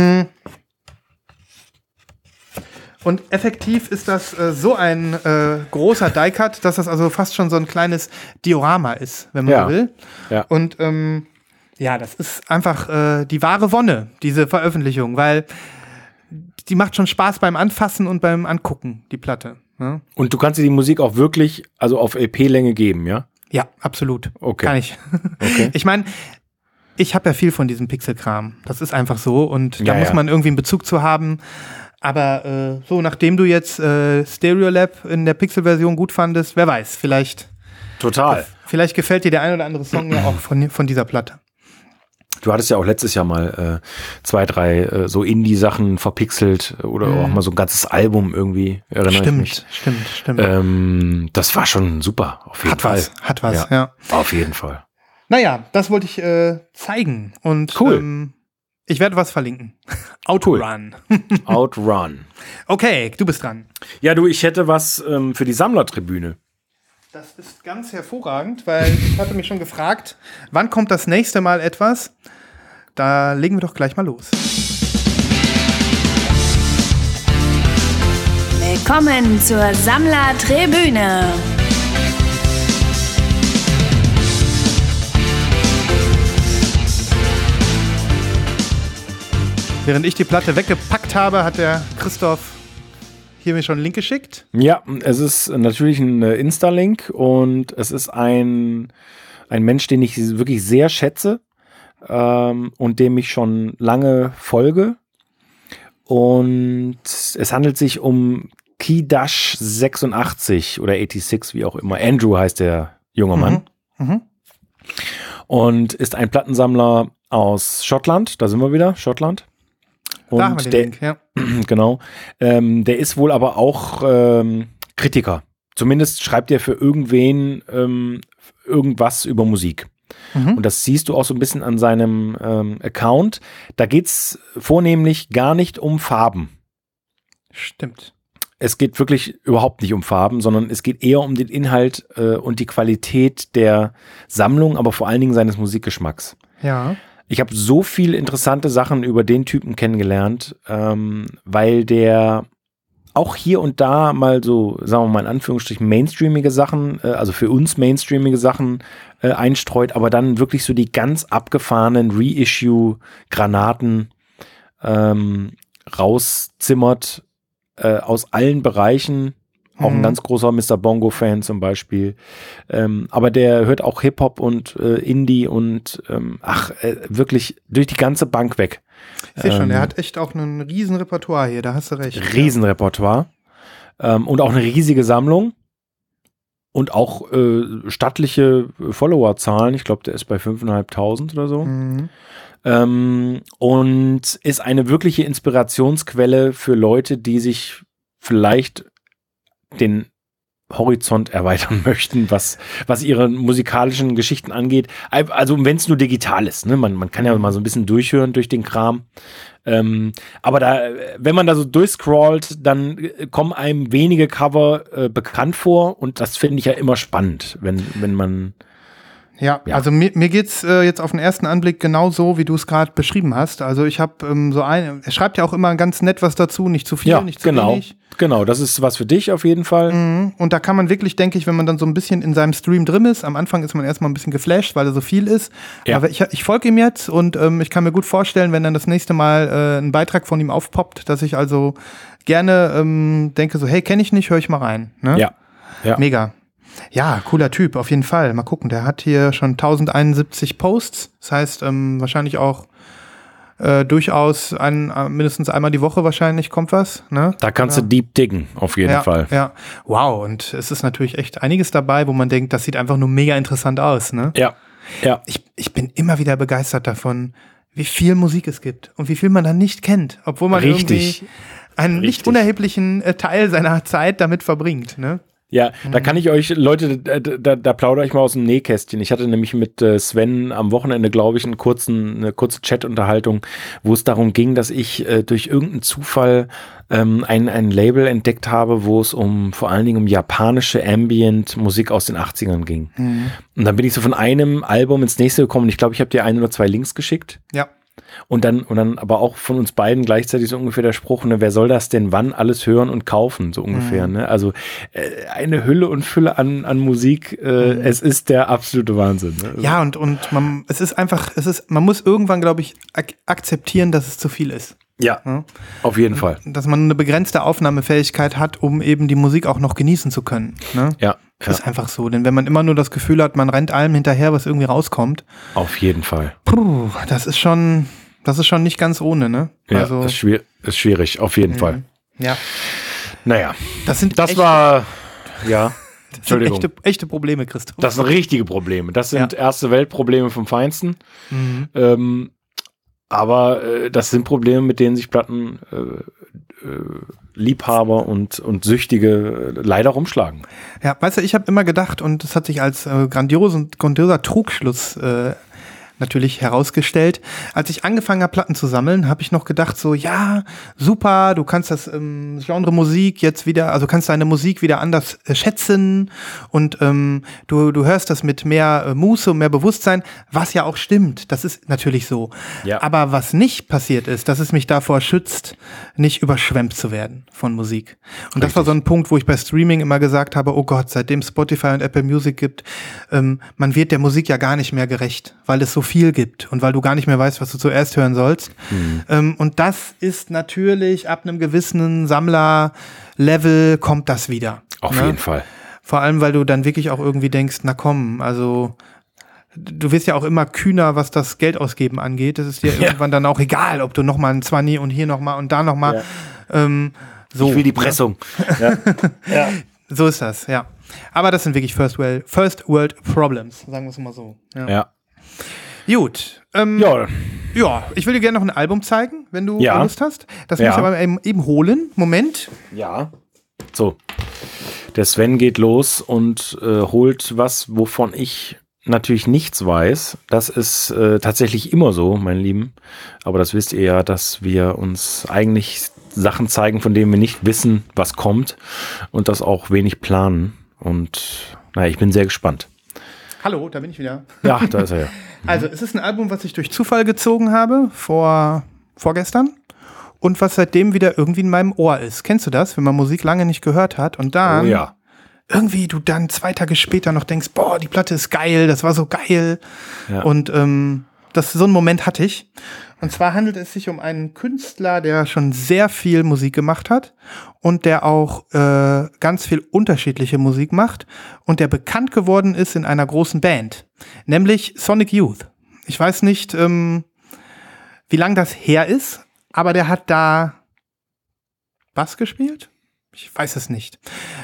Und effektiv ist das so ein großer Die-Cut, dass das also fast schon so ein kleines Diorama ist, wenn man so will.
Ja.
Und das ist einfach die wahre Wonne, diese Veröffentlichung, weil die macht schon Spaß beim Anfassen und beim Angucken, die Platte. Ja?
Und du kannst dir die Musik auch wirklich, also auf LP-Länge geben, ja?
Ja, absolut.
Okay.
Kann ich.
Okay.
Ich meine, ich habe ja viel von diesem Pixelkram. Das ist einfach so und da muss man irgendwie einen Bezug zu haben. Aber so, nachdem du jetzt Stereolab in der Pixel-Version gut fandest, wer weiß, vielleicht gefällt dir der ein oder andere Song ja auch von dieser Platte.
Du hattest ja auch letztes Jahr mal 2, 3 so Indie-Sachen verpixelt oder auch mal so ein ganzes Album irgendwie, erinnere ich mich.
Stimmt.
Das war schon super, auf jeden Fall.
Hat was, ja.
Auf jeden Fall.
Naja, das wollte ich zeigen und
cool.
Ich werde was verlinken. Outrun.
Outrun.
Okay, du bist dran.
Ja, ich hätte was für die Sammlertribüne.
Das ist ganz hervorragend, weil ich hatte mich schon gefragt, wann kommt das nächste Mal etwas? Da legen wir doch gleich mal los.
Willkommen zur Sammlertribüne.
Während ich die Platte weggepackt habe, hat der Christoph hier mir schon einen Link geschickt.
Ja, es ist natürlich ein Insta-Link und es ist ein Mensch, den ich wirklich sehr schätze und dem ich schon lange folge. Und es handelt sich um Keydash 86 oder 86, wie auch immer. Andrew heißt der junge Mann. Und ist ein Plattensammler aus Schottland. Da sind wir wieder, Schottland. Und
da haben wir den Link, ja.
Genau. Der ist wohl aber auch Kritiker. Zumindest schreibt er für irgendwen irgendwas über Musik. Und das siehst du auch so ein bisschen an seinem Account. Da geht es vornehmlich gar nicht um Farben.
Stimmt.
Es geht wirklich überhaupt nicht um Farben, sondern es geht eher um den Inhalt und die Qualität der Sammlung, aber vor allen Dingen seines Musikgeschmacks.
Ja.
Ich habe so viele interessante Sachen über den Typen kennengelernt, weil der auch hier und da mal so, sagen wir mal in Anführungsstrichen, mainstreamige Sachen, also für uns mainstreamige Sachen einstreut, aber dann wirklich so die ganz abgefahrenen Reissue-Granaten rauszimmert aus allen Bereichen. Auch ein ganz großer Mr. Bongo-Fan zum Beispiel. Aber der hört auch Hip-Hop und Indie und wirklich durch die ganze Bank weg.
Ich sehe schon, er hat echt auch ein riesen Repertoire hier, da hast du recht.
Riesenrepertoire. Und auch eine riesige Sammlung. Und auch stattliche Followerzahlen. Ich glaube, der ist bei 5.500 oder so. Und ist eine wirkliche Inspirationsquelle für Leute, die sich vielleicht den Horizont erweitern möchten, was ihre musikalischen Geschichten angeht. Also wenn es nur digital ist, ne? Man kann ja mal so ein bisschen durchhören durch den Kram. Aber wenn man da so durchscrollt, dann kommen einem wenige Cover bekannt vor und das finde ich ja immer spannend, wenn man
Ja, also mir geht's jetzt auf den ersten Anblick genau so, wie du es gerade beschrieben hast. Also ich habe er schreibt ja auch immer ganz nett was dazu, nicht zu viel, nicht zu wenig.
Genau, das ist was für dich auf jeden Fall.
Und da kann man wirklich, denke ich, wenn man dann so ein bisschen in seinem Stream drin ist, am Anfang ist man erstmal ein bisschen geflasht, weil er so viel ist. Ja. Aber ich folge ihm jetzt und ich kann mir gut vorstellen, wenn dann das nächste Mal ein Beitrag von ihm aufpoppt, dass ich also gerne denke so, hey, kenne ich nicht, höre ich mal rein. Ne?
Ja.
Mega. Ja, cooler Typ, auf jeden Fall. Mal gucken, der hat hier schon 1071 Posts. Das heißt, wahrscheinlich auch durchaus mindestens einmal die Woche wahrscheinlich kommt was. Ne?
Da kannst du deep diggen, auf jeden Fall.
Ja, wow. Und es ist natürlich echt einiges dabei, wo man denkt, das sieht einfach nur mega interessant aus. Ne?
Ja.
Ich bin immer wieder begeistert davon, wie viel Musik es gibt und wie viel man dann nicht kennt, obwohl man irgendwie einen nicht unerheblichen Teil seiner Zeit damit verbringt. Ne?
Ja, da kann ich euch, Leute, da plaudere ich mal aus dem Nähkästchen. Ich hatte nämlich mit Sven am Wochenende, glaube ich, eine kurze Chat-Unterhaltung, wo es darum ging, dass ich durch irgendeinen Zufall ein Label entdeckt habe, wo es vor allen Dingen um japanische Ambient-Musik aus den 80ern ging. Und dann bin ich so von einem Album ins nächste gekommen und ich glaube, ich habe dir 1 oder 2 Links geschickt.
Ja.
Und dann aber auch von uns beiden gleichzeitig so ungefähr der Spruch, ne, wer soll das denn wann alles hören und kaufen, so ungefähr, ne? Also eine Hülle und Fülle an Musik, es ist der absolute Wahnsinn. Ne?
Ja, und man muss irgendwann, glaube ich, akzeptieren, dass es zu viel ist.
Ja, auf jeden Fall.
Dass man eine begrenzte Aufnahmefähigkeit hat, um eben die Musik auch noch genießen zu können. Ne?
Ja.
Das ist einfach so, denn wenn man immer nur das Gefühl hat, man rennt allem hinterher, was irgendwie rauskommt.
Auf jeden Fall.
Das ist schon nicht ganz ohne, ne?
Ja,
also,
ist schwierig, auf jeden Fall.
Ja.
Naja,
das
war Entschuldigung.
Echte Probleme, Christoph.
Das sind richtige Probleme. Das sind erste Weltprobleme vom Feinsten. Aber das sind Probleme, mit denen sich Liebhaber und Süchtige leider rumschlagen. Ja,
weißt du, ich habe immer gedacht, und das hat sich als grandioser Trugschluss natürlich herausgestellt. Als ich angefangen habe, Platten zu sammeln, habe ich noch gedacht so, ja, super, du kannst das Genre Musik jetzt wieder, also kannst deine Musik wieder anders schätzen und du hörst das mit mehr Muße und mehr Bewusstsein, was ja auch stimmt. Das ist natürlich so. Ja. Aber was nicht passiert ist, dass es mich davor schützt, nicht überschwemmt zu werden von Musik. Und das war so ein Punkt, wo ich bei Streaming immer gesagt habe, oh Gott, seitdem Spotify und Apple Music gibt, man wird der Musik ja gar nicht mehr gerecht, weil es so viel gibt und weil du gar nicht mehr weißt, was du zuerst hören sollst. Und das ist natürlich ab einem gewissen Sammlerlevel kommt das wieder.
Auf jeden Fall.
Vor allem, weil du dann wirklich auch irgendwie denkst, na komm, also du wirst ja auch immer kühner, was das Geld ausgeben angeht. Das ist dir irgendwann dann auch egal, ob du nochmal einen 20 und hier nochmal und da nochmal. Ja. So.
Ich will die Pressung.
Ja. Ja. So ist das, ja. Aber das sind wirklich First World Problems, sagen wir es mal so.
Ja.
Gut. Ja, ich will dir gerne noch ein Album zeigen, wenn du Lust hast. Das muss ich aber eben holen. Moment.
Ja. So. Der Sven geht los und holt was, wovon ich natürlich nichts weiß. Das ist tatsächlich immer so, mein Lieben. Aber das wisst ihr ja, dass wir uns eigentlich Sachen zeigen, von denen wir nicht wissen, was kommt und das auch wenig planen. Und naja, ich bin sehr gespannt.
Hallo, da bin ich wieder.
Ja, da ist er ja.
Also, es ist ein Album, was ich durch Zufall gezogen habe, vorgestern. Und was seitdem wieder irgendwie in meinem Ohr ist. Kennst du das, wenn man Musik lange nicht gehört hat und dann irgendwie du dann 2 Tage später noch denkst, boah, die Platte ist geil, das war so geil. Ja. Und so einen Moment hatte ich. Und zwar handelt es sich um einen Künstler, der schon sehr viel Musik gemacht hat und der auch ganz viel unterschiedliche Musik macht und der bekannt geworden ist in einer großen Band, nämlich Sonic Youth. Ich weiß nicht, wie lang das her ist, aber der hat da Bass gespielt? Ich weiß es nicht.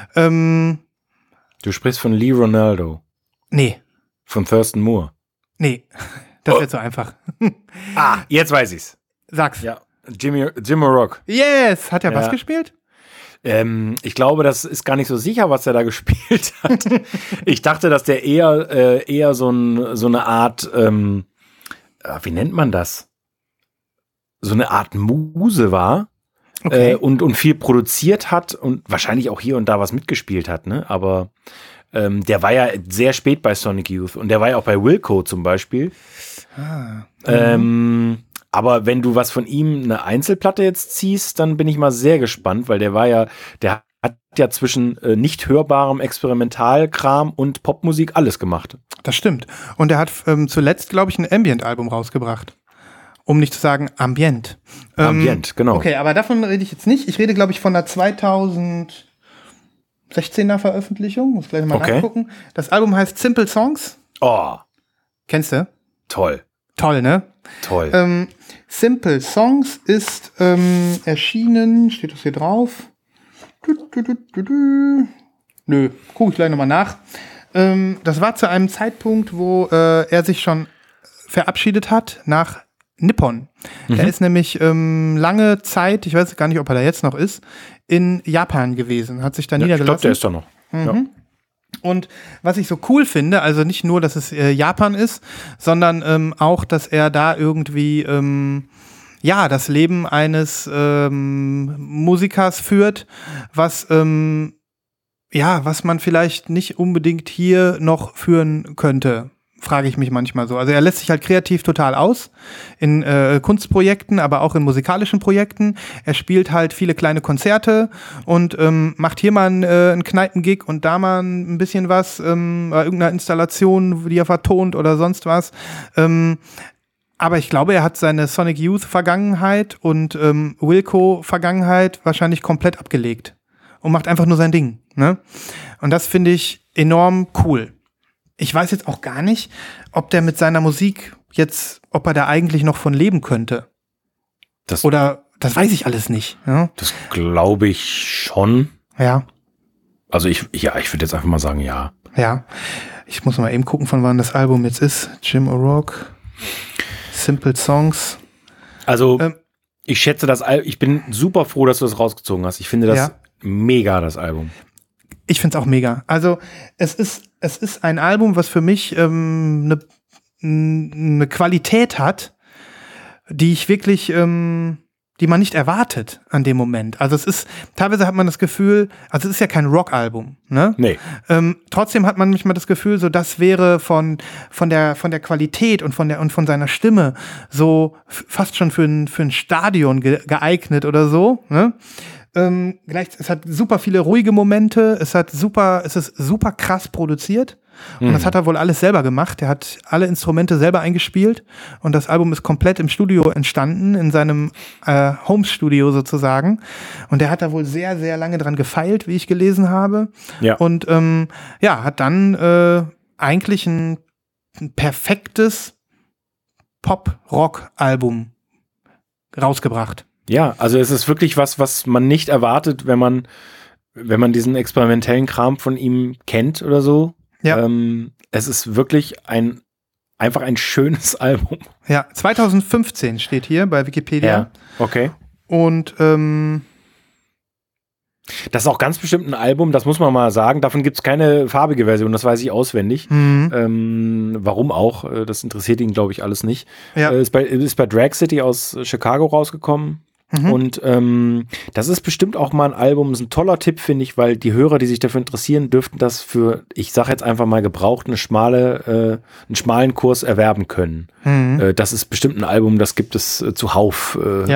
Du sprichst von Lee Ronaldo.
Nee.
Von Thurston Moore.
Nee. Das wird so einfach.
Jetzt weiß ich's.
Sag's.
Ja, Jim O'Rourke.
Yes! Hat er was gespielt?
Ich glaube, das ist gar nicht so sicher, was er da gespielt hat. Ich dachte, dass der eher so eine Art, wie nennt man das? So eine Art Muse war. Okay. Und viel produziert hat und wahrscheinlich auch hier und da was mitgespielt hat, ne? Aber der war ja sehr spät bei Sonic Youth und der war ja auch bei Wilco zum Beispiel. Aber wenn du was von ihm, eine Einzelplatte jetzt ziehst, dann bin ich mal sehr gespannt, weil der hat ja zwischen nicht hörbarem Experimentalkram und Popmusik alles gemacht.
Das stimmt. Und er hat zuletzt, glaube ich, ein Ambient-Album rausgebracht. Um nicht zu sagen Ambient.
Ambient, genau.
Okay, aber davon rede ich jetzt nicht. Ich rede, glaube ich, von der 2016er Veröffentlichung. Muss gleich mal nachgucken. Das Album heißt Simple Songs.
Oh.
Kennst du?
Toll.
Toll, ne?
Toll.
Simple Songs ist erschienen, steht das hier drauf? Nö, gucke ich gleich nochmal nach. Das war zu einem Zeitpunkt, wo er sich schon verabschiedet hat nach Nippon. Er ist nämlich lange Zeit, ich weiß gar nicht, ob er da jetzt noch ist, in Japan gewesen, hat sich da niedergelassen.
Ich glaube, der ist da noch. Ja.
Und was ich so cool finde, also nicht nur, dass es Japan ist, sondern auch, dass er da irgendwie das Leben eines Musikers führt, was man vielleicht nicht unbedingt hier noch führen könnte. Frage ich mich manchmal so. Also er lässt sich halt kreativ total aus in Kunstprojekten, aber auch in musikalischen Projekten. Er spielt halt viele kleine Konzerte und macht hier mal einen Kneipengig und da mal ein bisschen was, bei irgendeiner Installation, die er vertont oder sonst was. Aber ich glaube, er hat seine Sonic Youth Vergangenheit und Wilco Vergangenheit wahrscheinlich komplett abgelegt und macht einfach nur sein Ding. Ne? Und das finde ich enorm cool. Ich weiß jetzt auch gar nicht, ob der mit seiner Musik jetzt, ob er da eigentlich noch von leben könnte. Oder, das weiß ich alles nicht. Ja?
Das glaube ich schon.
Ja.
Also ich würde jetzt einfach mal sagen, ja.
Ja. Ich muss mal eben gucken, von wann das Album jetzt ist. Jim O'Rourke. Simple Songs.
Also, ich schätze ich bin super froh, dass du das rausgezogen hast. Ich finde das mega, das Album. Ich
finde es auch mega. Also es ist ein Album, was für mich eine eine Qualität hat, die ich wirklich, die man nicht erwartet an dem Moment. Also teilweise hat man das Gefühl, also es ist ja kein Rock-Album, ne?
Nee.
Trotzdem hat man manchmal das Gefühl, so das wäre von der Qualität und von seiner Stimme so fast schon für ein Stadion geeignet oder so, ne? Es hat super viele ruhige Momente, es ist super krass produziert. Und das hat er wohl alles selber gemacht. Er hat alle Instrumente selber eingespielt und das Album ist komplett im Studio entstanden, in seinem Home-Studio sozusagen. Und er hat da wohl sehr, sehr lange dran gefeilt, wie ich gelesen habe.
Ja.
Und hat dann eigentlich ein perfektes Pop-Rock-Album rausgebracht.
Ja, also es ist wirklich was man nicht erwartet, wenn man diesen experimentellen Kram von ihm kennt oder so.
Ja.
Es ist wirklich einfach ein schönes Album.
Ja, 2015 steht hier bei Wikipedia.
Ja, okay.
Und
das ist auch ganz bestimmt ein Album, das muss man mal sagen. Davon gibt es keine farbige Version, das weiß ich auswendig. Warum auch? Das interessiert ihn, glaube ich, alles nicht.
Ja.
Ist bei Drag City aus Chicago rausgekommen. Und das ist bestimmt auch mal ein Album, ist ein toller Tipp, finde ich, weil die Hörer, die sich dafür interessieren, dürften das für, ich sage jetzt einfach mal gebraucht, einen schmalen Kurs erwerben können. Das ist bestimmt ein Album, das gibt es zuhauf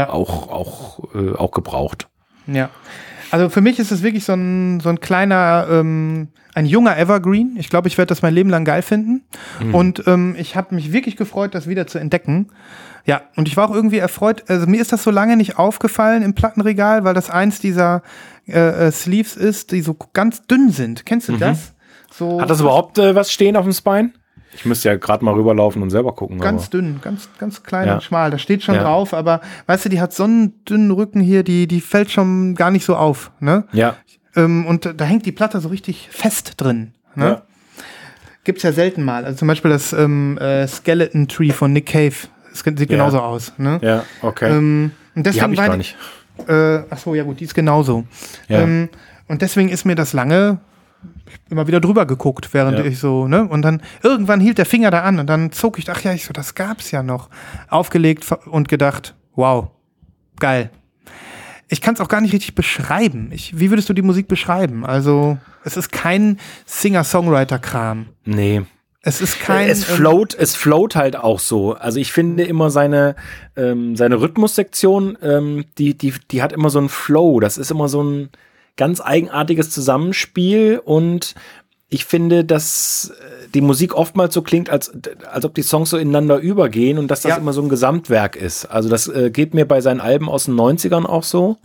auch gebraucht.
Ja, also für mich ist es wirklich so ein kleiner, ein junger Evergreen. Ich glaube, ich werde das mein Leben lang geil finden. Und ich habe mich wirklich gefreut, das wieder zu entdecken. Ja, und ich war auch irgendwie erfreut, also mir ist das so lange nicht aufgefallen im Plattenregal, weil das eins dieser Sleeves ist, die so ganz dünn sind. Kennst du das? So,
hat das überhaupt was stehen auf dem Spine? Ich müsste ja gerade mal rüberlaufen und selber gucken.
Ganz dünn, ganz klein und schmal. Da steht schon drauf, aber weißt du, die hat so einen dünnen Rücken hier, die fällt schon gar nicht so auf. Ne?
Ja.
Und da hängt die Platte so richtig fest drin. Ne?
Ja.
Gibt's ja selten mal. Also zum Beispiel das Skeleton Tree von Nick Cave. Das sieht genauso aus. Ne?
Ja, okay.
Und deswegen
die habe ich gar nicht.
Achso, ja gut, die ist genauso.
Ja.
Und deswegen ist mir das lange immer wieder drüber geguckt, während ich so, ne? Und dann irgendwann hielt der Finger da an und dann zog ich, das gab's ja noch. Aufgelegt und gedacht, wow, geil. Ich kann es auch gar nicht richtig beschreiben. Wie würdest du die Musik beschreiben? Also, es ist kein Singer-Songwriter-Kram.
Nee.
Es ist kein.
Es float halt auch so. Also ich finde immer seine Rhythmussektion, die hat immer so einen Flow. Das ist immer so ein ganz eigenartiges Zusammenspiel und ich finde, dass die Musik oftmals so klingt, als ob die Songs so ineinander übergehen und dass das immer so ein Gesamtwerk ist. Also das geht mir bei seinen Alben aus den 90ern auch so.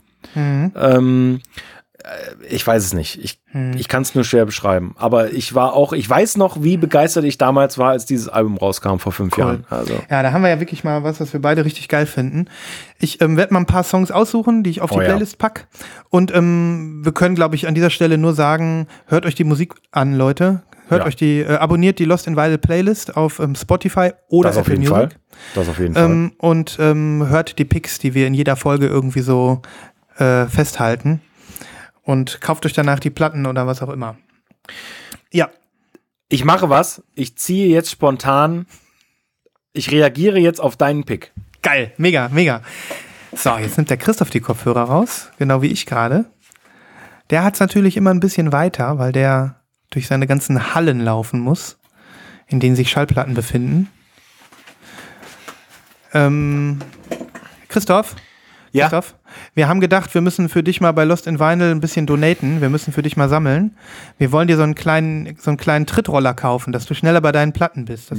Ich weiß es nicht. Ich kann es nur schwer beschreiben. Aber ich weiß noch, wie begeistert ich damals war, als dieses Album rauskam vor 5 Jahren. Also.
Ja, da haben wir ja wirklich mal was wir beide richtig geil finden. Ich werde mal ein paar Songs aussuchen, die ich auf die Playlist pack. Und wir können, glaube ich, an dieser Stelle nur sagen, hört euch die Musik an, Leute. Hört euch abonniert die Lost in Vinyl Playlist auf Spotify oder
Apple Music. Das auf jeden Fall.
Und hört die Picks, die wir in jeder Folge irgendwie so festhalten. Und kauft euch danach die Platten oder was auch immer. Ja.
Ich mache was. Ich ziehe jetzt spontan. Ich reagiere jetzt auf deinen Pick.
Geil. Mega, mega. So, jetzt nimmt der Christoph die Kopfhörer raus. Genau wie ich gerade. Der hat es natürlich immer ein bisschen weiter, weil der durch seine ganzen Hallen laufen muss, in denen sich Schallplatten befinden. Christoph?
Ja.
Christoph, wir haben gedacht, wir müssen für dich mal bei Lost in Vinyl ein bisschen donaten. Wir müssen für dich mal sammeln. Wir wollen dir so einen kleinen Trittroller kaufen, dass du schneller bei deinen Platten bist.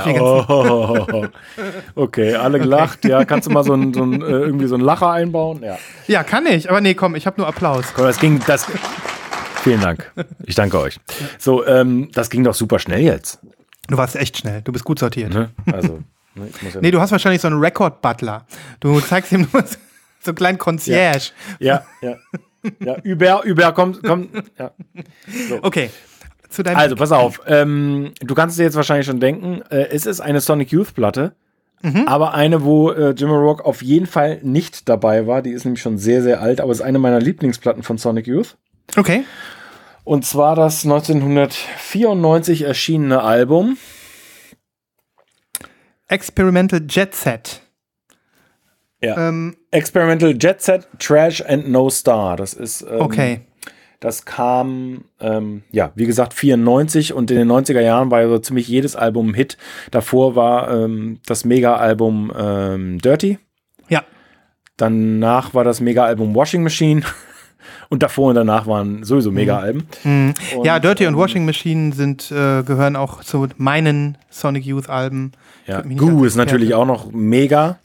Okay, alle gelacht. Ja, kannst du mal irgendwie so einen Lacher einbauen?
Ja, kann ich. Aber nee, komm, ich habe nur Applaus.
Komm, vielen Dank. Ich danke euch. So, das ging doch super schnell jetzt.
Du warst echt schnell. Du bist gut sortiert.
Ne? Also,
nee, du hast wahrscheinlich so einen Record-Butler. Du zeigst ihm nur so einen kleinen Concierge.
Ja. Uber, komm. Ja. So.
Okay.
Also, pass auf. Du kannst dir jetzt wahrscheinlich schon denken, es ist eine Sonic Youth Platte, aber eine, wo Jim O'Rourke auf jeden Fall nicht dabei war. Die ist nämlich schon sehr, sehr alt, aber es ist eine meiner Lieblingsplatten von Sonic Youth.
Okay.
Und zwar das 1994 erschienene Album
Experimental Jet Set.
Ja. Experimental Jet Set, Trash and No Star. Das ist
okay.
Das kam, wie gesagt, 94 und in den 90er Jahren war ja so ziemlich jedes Album ein Hit. Davor war das Mega-Album Dirty.
Ja.
Danach war das Mega-Album Washing Machine. Und davor und danach waren sowieso Mega-Alben.
Mhm. Ja, Dirty und Washing Machine gehören auch zu meinen Sonic Youth-Alben.
Ja, Goo ist natürlich auch noch mega.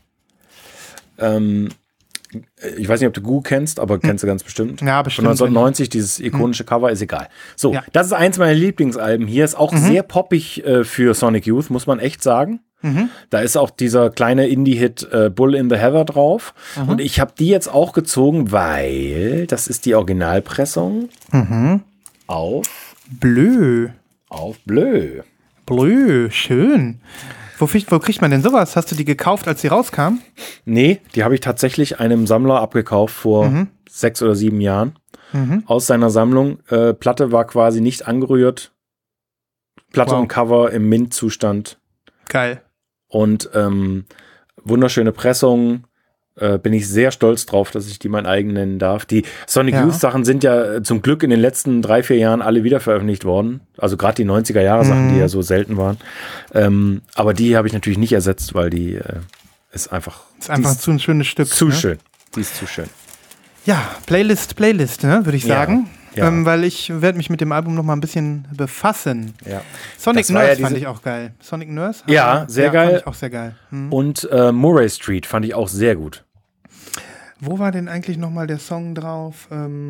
Ich weiß nicht, ob du Goo kennst, aber kennst du ganz bestimmt.
Ja, bestimmt.
Von 1990, dieses ikonische Cover, ist egal. So, das ist eins meiner Lieblingsalben hier. Ist auch sehr poppig für Sonic Youth, muss man echt sagen. Da ist auch dieser kleine Indie-Hit Bull in the Heather drauf. Und ich habe die jetzt auch gezogen, weil das ist die Originalpressung auf
Bleu.
Auf Bleu.
Bleu, schön. Wo kriegt man denn sowas? Hast du die gekauft, als die rauskam?
Nee, die habe ich tatsächlich einem Sammler abgekauft vor 6 oder 7 Jahren. Aus seiner Sammlung. Platte war quasi nicht angerührt. Platte und Cover im Mint-Zustand.
Geil.
Und wunderschöne Pressung. Bin ich sehr stolz drauf, dass ich die mein eigen nennen darf. Die Sonic Youth Sachen sind ja zum Glück in den letzten 3-4 Jahren alle wieder veröffentlicht worden. Also gerade die 90er Jahre Sachen, die ja so selten waren. Aber die habe ich natürlich nicht ersetzt, weil die ist einfach...
Ist einfach zu ein schönes Stück.
Zu schön. Die ist zu schön.
Ja, Playlist, ne, würde ich sagen.
Ja.
Weil ich werde mich mit dem Album noch mal ein bisschen befassen.
Ja.
Sonic Nurse fand ich auch geil. Sonic Nurse?
Ja, sehr geil.
Fand ich auch sehr geil.
Und Murray Street fand ich auch sehr gut.
Wo war denn eigentlich noch mal der Song drauf?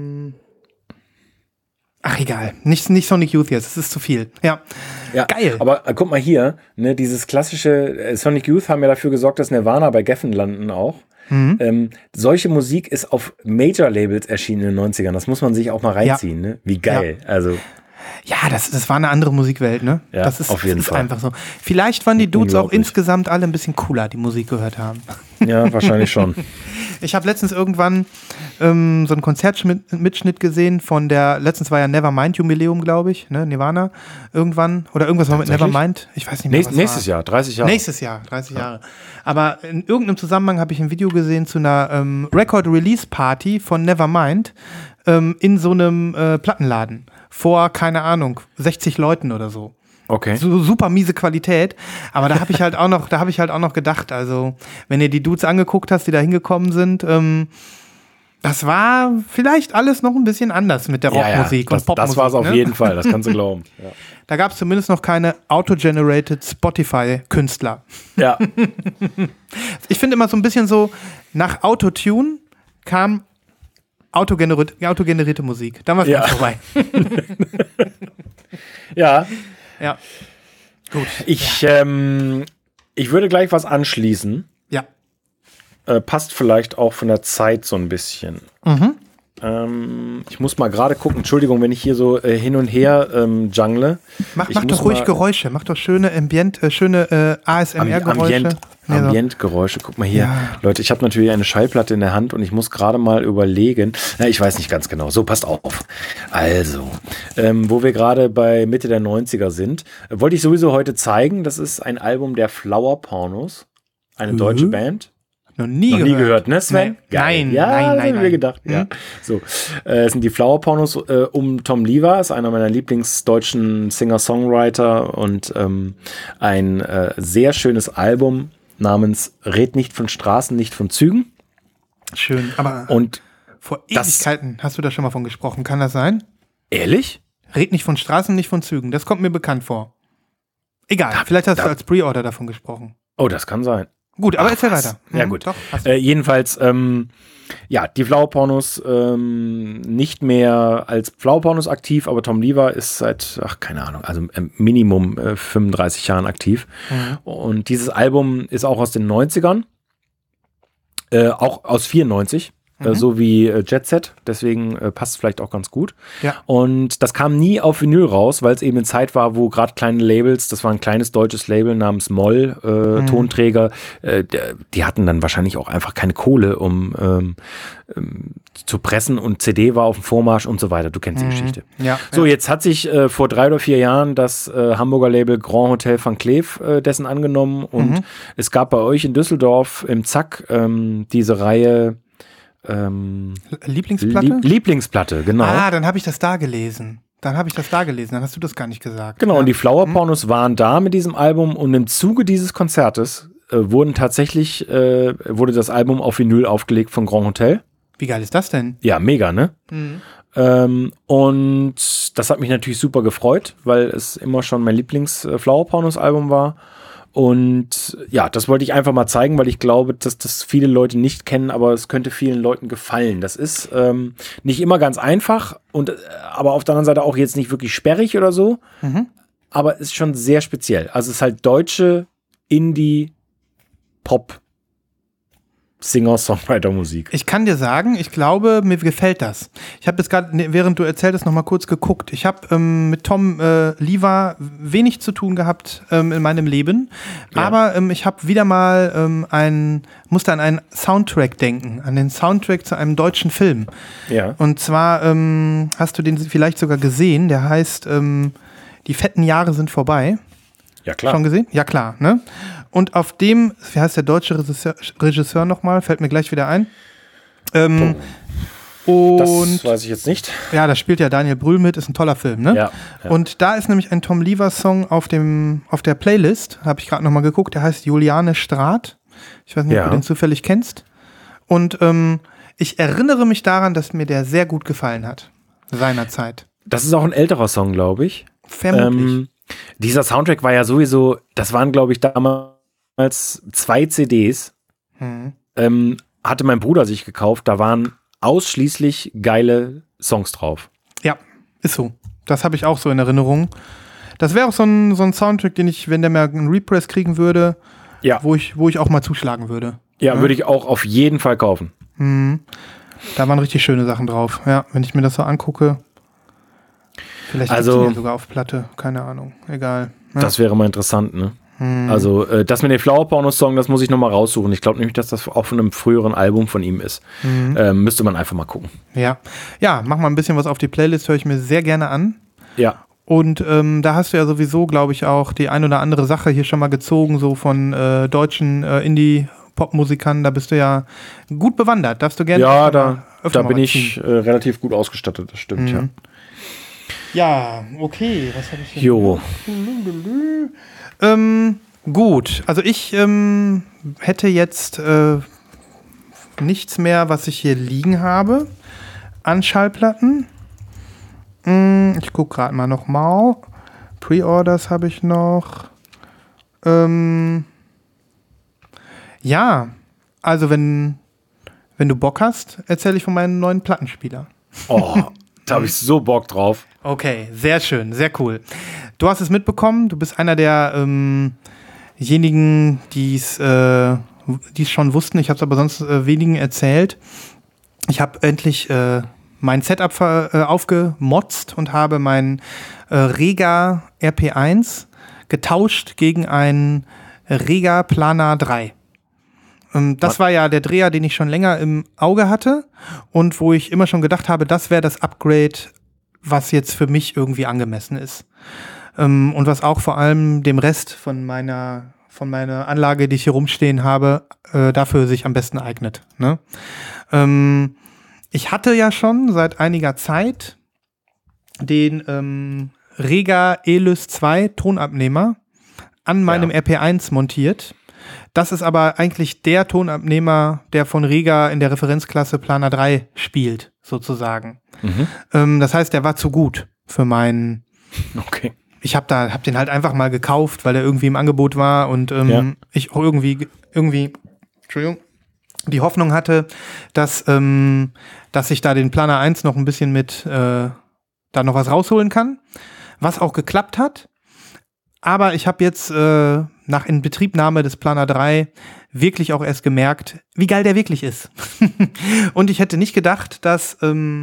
Ach, egal. Nicht Sonic Youth jetzt. Das ist zu viel. Ja.
Geil. Aber guck mal hier, ne, dieses klassische Sonic Youth haben ja dafür gesorgt, dass Nirvana bei Geffen landen auch. Solche Musik ist auf Major-Labels erschienen in den 90ern. Das muss man sich auch mal reinziehen. Ne? Wie geil. Also
ja, das war eine andere Musikwelt, ne?
Ja,
das ist,
auf jeden Fall.
Einfach so. Vielleicht waren die Dudes auch insgesamt alle ein bisschen cooler, die Musik gehört haben.
Ja, wahrscheinlich schon.
Ich habe letztens irgendwann so einen Konzertmitschnitt gesehen von letztens war ja Nevermind-Jubiläum, glaube ich, ne? Nirvana, irgendwann. Oder irgendwas war mit Nevermind. Ich weiß nicht mehr, was
Nächstes Jahr, 30 Jahre.
Nächstes Jahr, 30 Jahre. Aber in irgendeinem Zusammenhang habe ich ein Video gesehen zu einer Record-Release-Party von Nevermind in so einem Plattenladen. Vor, keine Ahnung, 60 Leuten oder so.
Okay.
So super miese Qualität. Aber da habe ich halt auch noch gedacht, also, wenn ihr die Dudes angeguckt hast, die da hingekommen sind, das war vielleicht alles noch ein bisschen anders mit der Rockmusik und Popmusik.
Das war es auf jeden Fall, das kannst du glauben. Ja.
Da gab es zumindest noch keine auto-generated Spotify-Künstler.
Ja.
Ich finde immer so ein bisschen so, nach Autotune kam autogenerierte Musik. Dann war es vorbei.
Ja.
Gut.
Ich würde gleich was anschließen.
Ja.
Passt vielleicht auch von der Zeit so ein bisschen. Ich muss mal gerade gucken. Entschuldigung, wenn ich hier so hin und her jungle.
Mach doch ruhig Geräusche. Mach doch schöne ASMR-Geräusche.
Ambientgeräusche. Guck mal hier. Ja. Leute, ich habe natürlich eine Schallplatte in der Hand und ich muss gerade mal überlegen. Ich weiß nicht ganz genau. So, passt auf. Also, wo wir gerade bei Mitte der 90er sind, wollte ich sowieso heute zeigen. Das ist ein Album der Flower Pornos. Eine deutsche Band.
Noch nie
gehört, ne, Sven?
Nein.
Nein, haben wir gedacht. Ja. So, es sind die Flower Pornos um Tom Lever, ist einer meiner Lieblingsdeutschen Singer-Songwriter und ein sehr schönes Album namens Red nicht von Straßen, nicht von Zügen.
Schön, aber vor Ewigkeiten hast du da schon mal von gesprochen, kann das sein?
Ehrlich?
Red nicht von Straßen, nicht von Zügen, das kommt mir bekannt vor. Egal, vielleicht hast du als Pre-Order davon gesprochen.
Oh, das kann sein.
Gut, aber erzähl weiter.
Ja, gut. Doch, jedenfalls, die Flower Pornos nicht mehr als Flower Pornos aktiv, aber Tom Lever ist seit, keine Ahnung, also Minimum 35 Jahren aktiv. Und dieses Album ist auch aus den 90ern, auch aus 94. so wie Jet Set. Deswegen passt es vielleicht auch ganz gut.
Ja.
Und das kam nie auf Vinyl raus, weil es eben eine Zeit war, wo gerade kleine Labels, das war ein kleines deutsches Label namens Moll, Tonträger, die hatten dann wahrscheinlich auch einfach keine Kohle, um zu pressen, und CD war auf dem Vormarsch und so weiter. Du kennst die Geschichte.
Ja.
So, jetzt hat sich vor 3 oder 4 Jahren das Hamburger Label Grand Hotel van Cleef dessen angenommen, und es gab bei euch in Düsseldorf im Zack diese Reihe
Lieblingsplatte?
Lieblingsplatte, genau.
Ah, dann habe ich das da gelesen. Dann hast du das gar nicht gesagt.
Genau,
ja.
und die Flower Pornos waren da mit diesem Album, und im Zuge dieses Konzertes wurde das Album auf Vinyl aufgelegt von Grand Hotel.
Wie geil ist das denn?
Ja, mega, ne? Und das hat mich natürlich super gefreut, weil es immer schon mein Lieblings-Flower Pornos-Album war. Und ja, das wollte ich einfach mal zeigen, weil ich glaube, dass das viele Leute nicht kennen, aber es könnte vielen Leuten gefallen. Das ist nicht immer ganz einfach, aber auf der anderen Seite auch jetzt nicht wirklich sperrig oder so, aber ist schon sehr speziell. Also es ist halt deutsche Indie-Pop Singer-Songwriter-Musik.
Ich kann dir sagen, ich glaube, mir gefällt das. Ich habe jetzt gerade, während du erzähltest, noch mal kurz geguckt. Ich habe mit Tom Lever wenig zu tun gehabt in meinem Leben, aber ich habe wieder mal musste an einen Soundtrack denken, an den Soundtrack zu einem deutschen Film.
Ja.
Und zwar hast du den vielleicht sogar gesehen, der heißt Die fetten Jahre sind vorbei.
Ja, klar.
Schon gesehen? Ja, klar, ne? Und auf dem, wie heißt der deutsche Regisseur nochmal? Fällt mir gleich wieder ein. Und
das weiß ich jetzt nicht.
Ja, da spielt ja Daniel Brühl mit, ist ein toller Film, ne?
Ja.
Und da ist nämlich ein Tom Lever-Song auf der Playlist, habe ich gerade nochmal geguckt, der heißt Juliane Straat. Ich weiß nicht, ob du den zufällig kennst. Und ich erinnere mich daran, dass mir der sehr gut gefallen hat, seinerzeit.
Das ist auch ein älterer Song, glaube ich.
Vermutlich.
Dieser Soundtrack war ja sowieso, das waren, glaube ich, damals 2 CDs, hatte mein Bruder sich gekauft, da waren ausschließlich geile Songs drauf.
Ja, ist so. Das habe ich auch so in Erinnerung. Das wäre auch so ein Soundtrack, den ich, wenn der mal einen Repress kriegen würde, wo ich auch mal zuschlagen würde.
Ja, würde ich auch auf jeden Fall kaufen.
Da waren richtig schöne Sachen drauf. Ja, wenn ich mir das so angucke. Vielleicht gibt es ja sogar auf Platte, keine Ahnung, egal. Ja.
Das wäre mal interessant, ne? Also das mit dem Flower Porno-Song, das muss ich nochmal raussuchen. Ich glaube nämlich, dass das auch von einem früheren Album von ihm ist. Müsste man einfach mal gucken.
Ja, mach mal ein bisschen was auf die Playlist, höre ich mir sehr gerne an.
Ja.
Und da hast du ja sowieso, glaube ich, auch die ein oder andere Sache hier schon mal gezogen, so von deutschen Indie-Pop-Musikern. Da bist du ja gut bewandert. Darfst du gerne
da bin ich relativ gut ausgestattet, das stimmt, ja.
Ja, okay. Was habe ich denn?
Jo.
Gut, also ich hätte jetzt nichts mehr, was ich hier liegen habe an Schallplatten. Ich gucke gerade mal nochmal. Pre-Orders habe ich noch. Ja, also wenn du Bock hast, erzähle ich von meinem neuen Plattenspieler.
Oh, da habe ich so Bock drauf.
Okay, sehr schön, sehr cool. Du hast es mitbekommen, du bist einer derjenigen, die es schon wussten. Ich habe es aber sonst wenigen erzählt. Ich habe endlich mein Setup aufgemotzt und habe mein Rega RP1 getauscht gegen einen Rega Planar 3. Das war ja der Dreher, den ich schon länger im Auge hatte und wo ich immer schon gedacht habe, das wäre das Upgrade, was jetzt für mich irgendwie angemessen ist. Und was auch vor allem dem Rest von meiner Anlage, die ich hier rumstehen habe, dafür sich am besten eignet. Ne? Ich hatte ja schon seit einiger Zeit den Rega Elys 2 Tonabnehmer an meinem RP1 montiert. Das ist aber eigentlich der Tonabnehmer, der von Rega in der Referenzklasse Planar 3 spielt, sozusagen. Das heißt, der war zu gut für meinen.
Okay.
Ich hab den halt einfach mal gekauft, weil der irgendwie im Angebot war und ich auch irgendwie Entschuldigung, die Hoffnung hatte, dass ich da den Planar 1 noch ein bisschen mit da noch was rausholen kann, was auch geklappt hat. Aber ich habe jetzt nach Inbetriebnahme des Planer 3 wirklich auch erst gemerkt, wie geil der wirklich ist. Und ich hätte nicht gedacht, dass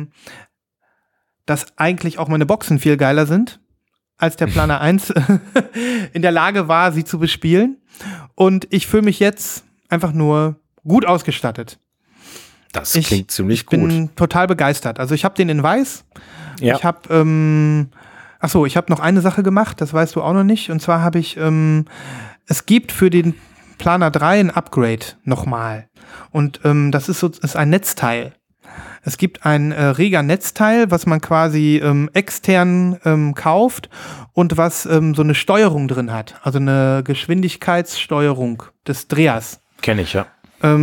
eigentlich auch meine Boxen viel geiler sind, als der Planer 1 in der Lage war, sie zu bespielen. Und ich fühle mich jetzt einfach nur gut ausgestattet.
Das klingt ziemlich gut.
Ich bin total begeistert. Also ich habe den in weiß.
Ja.
Ich habe ich habe noch eine Sache gemacht, das weißt du auch noch nicht. Und zwar habe ich, es gibt für den Planer 3 ein Upgrade nochmal. Und das ist ein Netzteil. Es gibt ein Rega-Netzteil, was man quasi extern kauft und was so eine Steuerung drin hat. Also eine Geschwindigkeitssteuerung des Drehers.
Kenne ich, ja.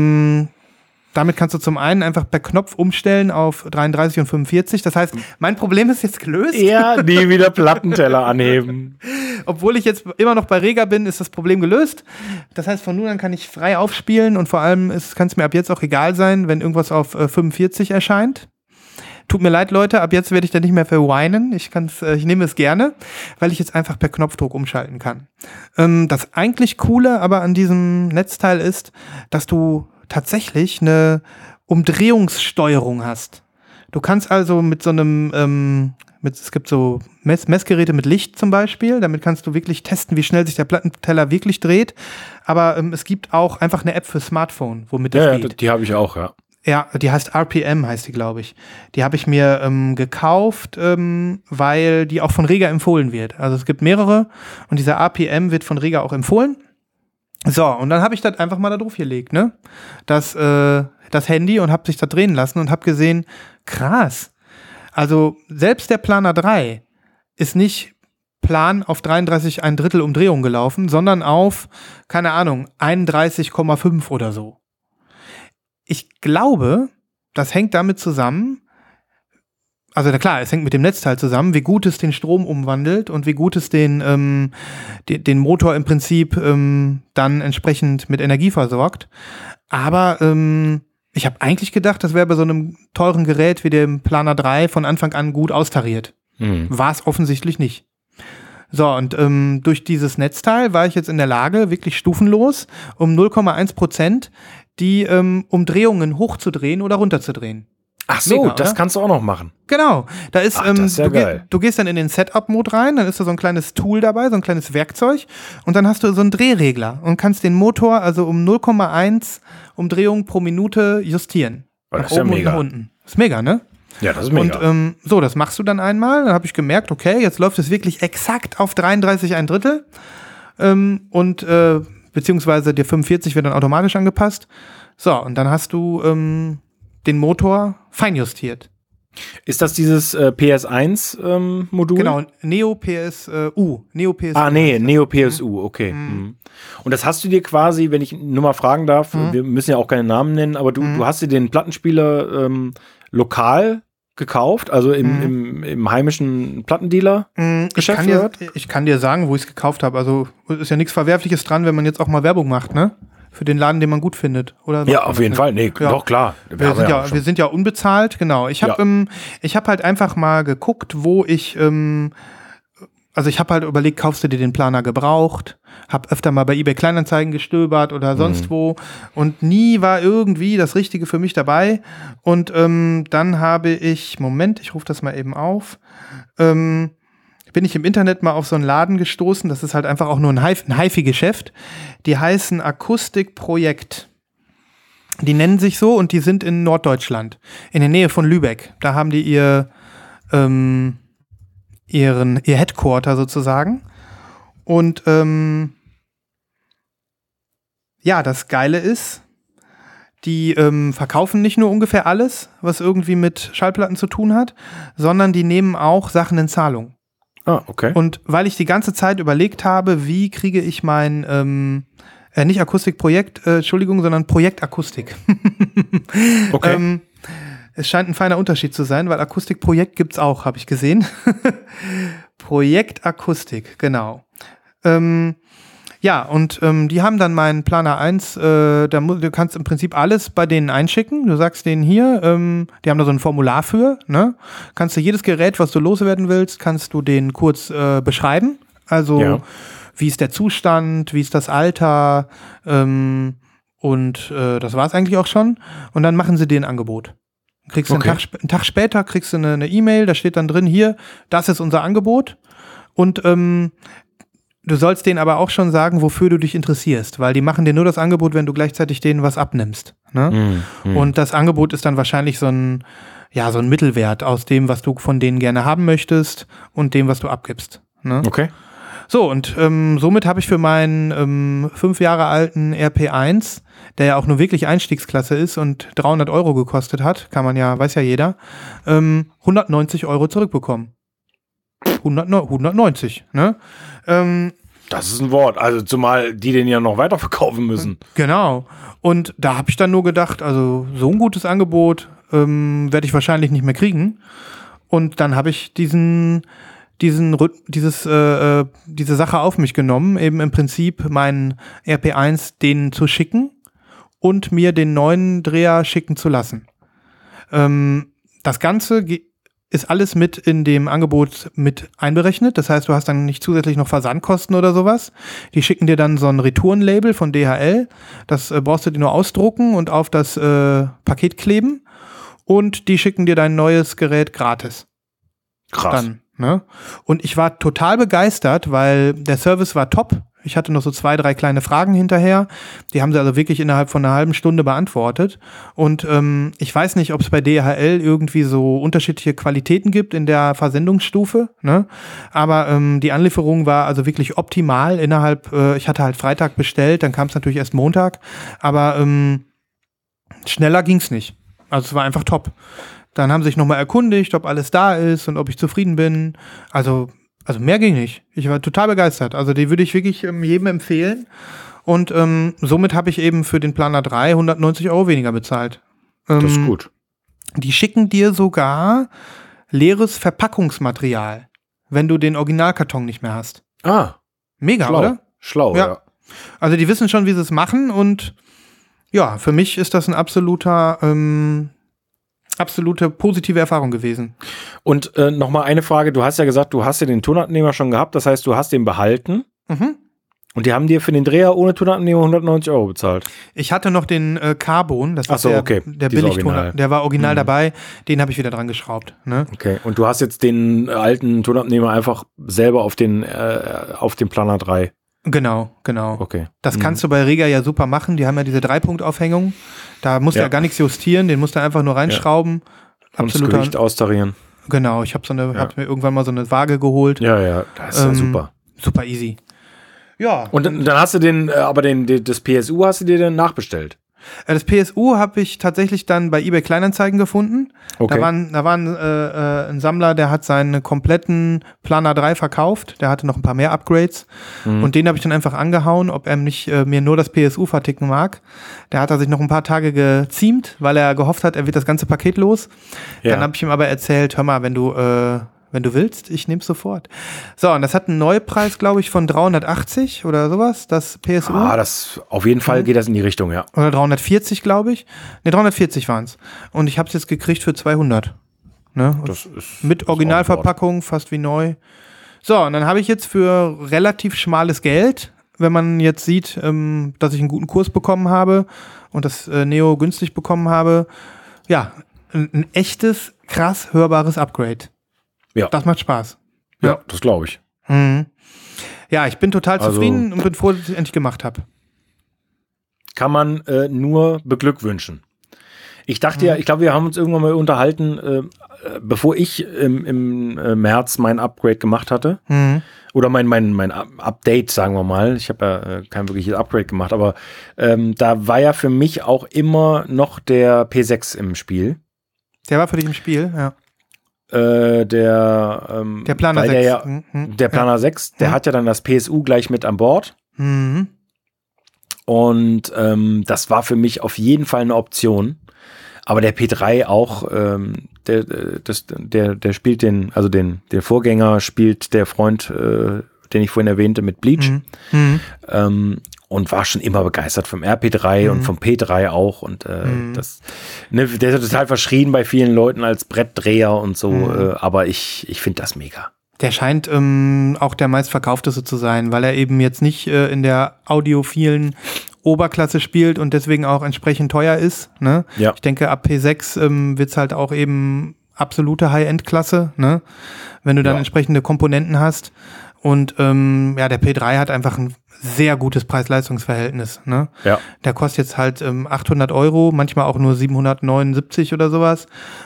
Damit kannst du zum einen einfach per Knopf umstellen auf 33 und 45. Das heißt, mein Problem ist jetzt gelöst.
Ja, nie wieder Plattenteller anheben.
Obwohl ich jetzt immer noch bei Rega bin, ist das Problem gelöst. Das heißt, von nun an kann ich frei aufspielen und vor allem kann es mir ab jetzt auch egal sein, wenn irgendwas auf 45 erscheint. Tut mir leid, Leute, ab jetzt werde ich da nicht mehr verweinen. Ich nehme es gerne, weil ich jetzt einfach per Knopfdruck umschalten kann. Das eigentlich Coole aber an diesem Netzteil ist, dass du tatsächlich eine Umdrehungssteuerung hast. Du kannst also mit so einem, es gibt so Messgeräte mit Licht zum Beispiel, damit kannst du wirklich testen, wie schnell sich der Plattenteller wirklich dreht. Aber es gibt auch einfach eine App für Smartphone, womit das geht.
Ja, die habe ich auch, ja.
Ja, die heißt RPM, heißt die, glaube ich. Die habe ich mir gekauft, weil die auch von Rega empfohlen wird. Also es gibt mehrere und dieser RPM wird von Rega auch empfohlen. So, und dann habe ich das einfach mal da drauf gelegt, ne? Das Handy und habe sich da drehen lassen und habe gesehen, krass. Also selbst der Planer 3 ist nicht plan auf 33 1/3 Umdrehung gelaufen, sondern auf, keine Ahnung, 31,5 oder so. Ich glaube, das hängt damit zusammen, also na klar, es hängt mit dem Netzteil zusammen, wie gut es den Strom umwandelt und wie gut es den Motor im Prinzip dann entsprechend mit Energie versorgt. Aber ich habe eigentlich gedacht, das wäre bei so einem teuren Gerät wie dem Planer 3 von Anfang an gut austariert. War es offensichtlich nicht. So, und durch dieses Netzteil war ich jetzt in der Lage, wirklich stufenlos um 0,1% die Umdrehungen hochzudrehen oder runterzudrehen.
Ach so,
Mega,
das kannst du auch noch machen.
Genau, da ist,
das ist ja geil.
Du gehst dann in den Setup-Mode rein, dann ist da so ein kleines Tool dabei, so ein kleines Werkzeug und dann hast du so einen Drehregler und kannst den Motor also um 0,1 Umdrehungen pro Minute justieren.
Das ist ja mega.
Und nach unten. Das ist mega, ne?
Ja, das ist mega.
Und das machst du dann einmal, dann habe ich gemerkt, okay, jetzt läuft es wirklich exakt auf 33 1/3 beziehungsweise der 45 wird dann automatisch angepasst. So, und dann hast du den Motor feinjustiert.
Ist das dieses PS1-Modul?
Genau, Neo PSU.
Neo PSU, okay. Und das hast du dir quasi, wenn ich nur mal fragen darf, wir müssen ja auch keine Namen nennen, aber du hast dir den Plattenspieler lokal gekauft, also im heimischen Plattendealer Geschäft?
Ich kann dir sagen, wo ich es gekauft habe. Also ist ja nichts Verwerfliches dran, wenn man jetzt auch mal Werbung macht, ne? Für den Laden, den man gut findet. Oder
ja, auf jeden Fall. Nee, ja. Doch, klar.
Wir sind ja unbezahlt, genau. Ich habe hab halt einfach mal geguckt, wo ich also ich habe halt überlegt, kaufst du dir den Planer gebraucht? Hab öfter mal bei eBay Kleinanzeigen gestöbert oder sonst wo und nie war irgendwie das Richtige für mich dabei. Und dann habe ich, Moment, ich rufe das mal eben auf, bin ich im Internet mal auf so einen Laden gestoßen, das ist halt einfach auch nur ein HiFi-Geschäft. Die heißen Akustikprojekt. Die nennen sich so und die sind in Norddeutschland, in der Nähe von Lübeck. Da haben die ihr Headquarter sozusagen. Und das Geile ist, die verkaufen nicht nur ungefähr alles, was irgendwie mit Schallplatten zu tun hat, sondern die nehmen auch Sachen in Zahlung.
Ah, okay.
Und weil ich die ganze Zeit überlegt habe, wie kriege ich mein nicht Akustikprojekt, Entschuldigung, sondern Projektakustik.
Okay.
Es scheint ein feiner Unterschied zu sein, weil Akustikprojekt gibt's auch, habe ich gesehen. Projektakustik, genau. Die haben dann meinen Planer 1, du kannst im Prinzip alles bei denen einschicken. Du sagst denen hier, die haben da so ein Formular für, ne? Kannst du jedes Gerät, was du loswerden willst, kannst du denen kurz beschreiben. Also wie ist der Zustand, wie ist das Alter, und das war es eigentlich auch schon. Und dann machen sie dir ein Angebot. Kriegst du einen Tag später kriegst du eine E-Mail, da steht dann drin, hier, das ist unser Angebot. Und du sollst denen aber auch schon sagen, wofür du dich interessierst, weil die machen dir nur das Angebot, wenn du gleichzeitig denen was abnimmst. Ne? Und das Angebot ist dann wahrscheinlich so ein Mittelwert aus dem, was du von denen gerne haben möchtest und dem, was du abgibst. Ne?
Okay.
So, und somit habe ich für meinen 5 Jahre alten RP1, der ja auch nur wirklich Einstiegsklasse ist und 300 € gekostet hat, weiß ja jeder, 190 € zurückbekommen. 190, ne?
Das ist ein Wort, also zumal die den ja noch weiterverkaufen müssen.
Genau. Und da habe ich dann nur gedacht, also so ein gutes Angebot werde ich wahrscheinlich nicht mehr kriegen. Und dann habe ich diese Sache auf mich genommen, eben im Prinzip meinen RP1 denen zu schicken und mir den neuen Dreher schicken zu lassen. Das Ganze ist alles mit in dem Angebot mit einberechnet. Das heißt, du hast dann nicht zusätzlich noch Versandkosten oder sowas. Die schicken dir dann so ein Retourenlabel von DHL. Das brauchst du dir nur ausdrucken und auf das Paket kleben. Und die schicken dir dein neues Gerät gratis.
Krass.
Dann, ne? Und ich war total begeistert, weil der Service war top. Ich hatte noch so 2, 3 kleine Fragen hinterher. Die haben sie also wirklich innerhalb von einer halben Stunde beantwortet. Und ich weiß nicht, ob es bei DHL irgendwie so unterschiedliche Qualitäten gibt in der Versendungsstufe. Ne? Aber die Anlieferung war also wirklich optimal innerhalb, ich hatte halt Freitag bestellt, dann kam es natürlich erst Montag. Aber schneller ging's nicht. Also es war einfach top. Dann haben sie sich nochmal erkundigt, ob alles da ist und ob ich zufrieden bin. Also mehr ging nicht. Ich war total begeistert. Also die würde ich wirklich jedem empfehlen. Und somit habe ich eben für den Planer 3 190 € weniger bezahlt.
Das ist gut.
Die schicken dir sogar leeres Verpackungsmaterial, wenn du den Originalkarton nicht mehr hast.
Ah.
Mega,
schlau.
oder?
Schlau, ja.
Also die wissen schon, wie sie es machen. Und ja, für mich ist das ein absolute positive Erfahrung gewesen.
Und nochmal eine Frage, du hast ja gesagt, du hast ja den Tonabnehmer schon gehabt, das heißt, du hast den behalten und die haben dir für den Dreher ohne Tonabnehmer 190 € bezahlt.
Ich hatte noch den Carbon, das ist der Billigton, der war original dabei, den habe ich wieder dran geschraubt. Ne?
Okay, und du hast jetzt den alten Tonabnehmer einfach selber auf den Planer 3.
Genau.
Okay.
Das kannst du bei Rega ja super machen. Die haben ja diese 3-Punkt-Aufhängung. Da musst du ja gar nichts justieren. Den musst du einfach nur reinschrauben.
Und das Gewicht austarieren.
Genau. Ich habe hab mir irgendwann mal so eine Waage geholt.
Ja. Das ist ja super.
Super easy. Ja.
Und dann hast du das PSU hast du dir dann nachbestellt?
Das PSU habe ich tatsächlich dann bei eBay Kleinanzeigen gefunden.
Okay.
Da war ein Sammler, der hat seinen kompletten Planer 3 verkauft. Der hatte noch ein paar mehr Upgrades. Und den habe ich dann einfach angehauen, ob er nicht mir nur das PSU verticken mag. Der hat sich noch ein paar Tage geziemt, weil er gehofft hat, er wird das ganze Paket los. Ja. Dann habe ich ihm aber erzählt, hör mal, wenn du willst, ich nehme es sofort. So, und das hat einen Neupreis, glaube ich, von 380 oder sowas, das PSU.
Das auf jeden Fall geht das in die Richtung, ja.
Oder 340, glaube ich. Ne, 340 waren es. Und ich habe es jetzt gekriegt für 200. Ne?
Das ist
mit Originalverpackung, fast wie neu. So, und dann habe ich jetzt für relativ schmales Geld, wenn man jetzt sieht, dass ich einen guten Kurs bekommen habe und das Neo günstig bekommen habe, ja, ein echtes, krass hörbares Upgrade.
Ja.
Das macht Spaß.
Ja, das glaube ich.
Ja, ich bin total zufrieden und bin froh, dass ich es endlich gemacht habe.
Kann man nur beglückwünschen. Ich dachte ich glaube, wir haben uns irgendwann mal unterhalten, bevor ich im März mein Upgrade gemacht hatte. Oder mein Update, sagen wir mal. Ich habe ja kein wirkliches Upgrade gemacht, aber da war ja für mich auch immer noch der P6 im Spiel.
Der war für dich im Spiel, ja.
Der
Planer 6.
Der Planer 6, der hat ja dann das PSU gleich mit an Bord. Und das war für mich auf jeden Fall eine Option. Aber der P3 auch, der spielt den Vorgänger spielt der Freund, den ich vorhin erwähnte, mit Bleach. Und war schon immer begeistert vom RP3 und vom P3 auch. Und der ist total verschrien bei vielen Leuten als Brettdreher und so. Aber ich finde das mega.
Der scheint auch der meistverkaufteste zu sein, weil er eben jetzt nicht in der audiophilen Oberklasse spielt und deswegen auch entsprechend teuer ist. Ne?
Ja.
Ich denke, ab P6 wird's halt auch eben absolute High-End-Klasse, ne? Wenn du dann entsprechende Komponenten hast. Und der P3 hat einfach ein sehr gutes Preis-Leistungs-Verhältnis. Ne?
Ja.
Der kostet jetzt halt 800 €, manchmal auch nur 779 oder sowas.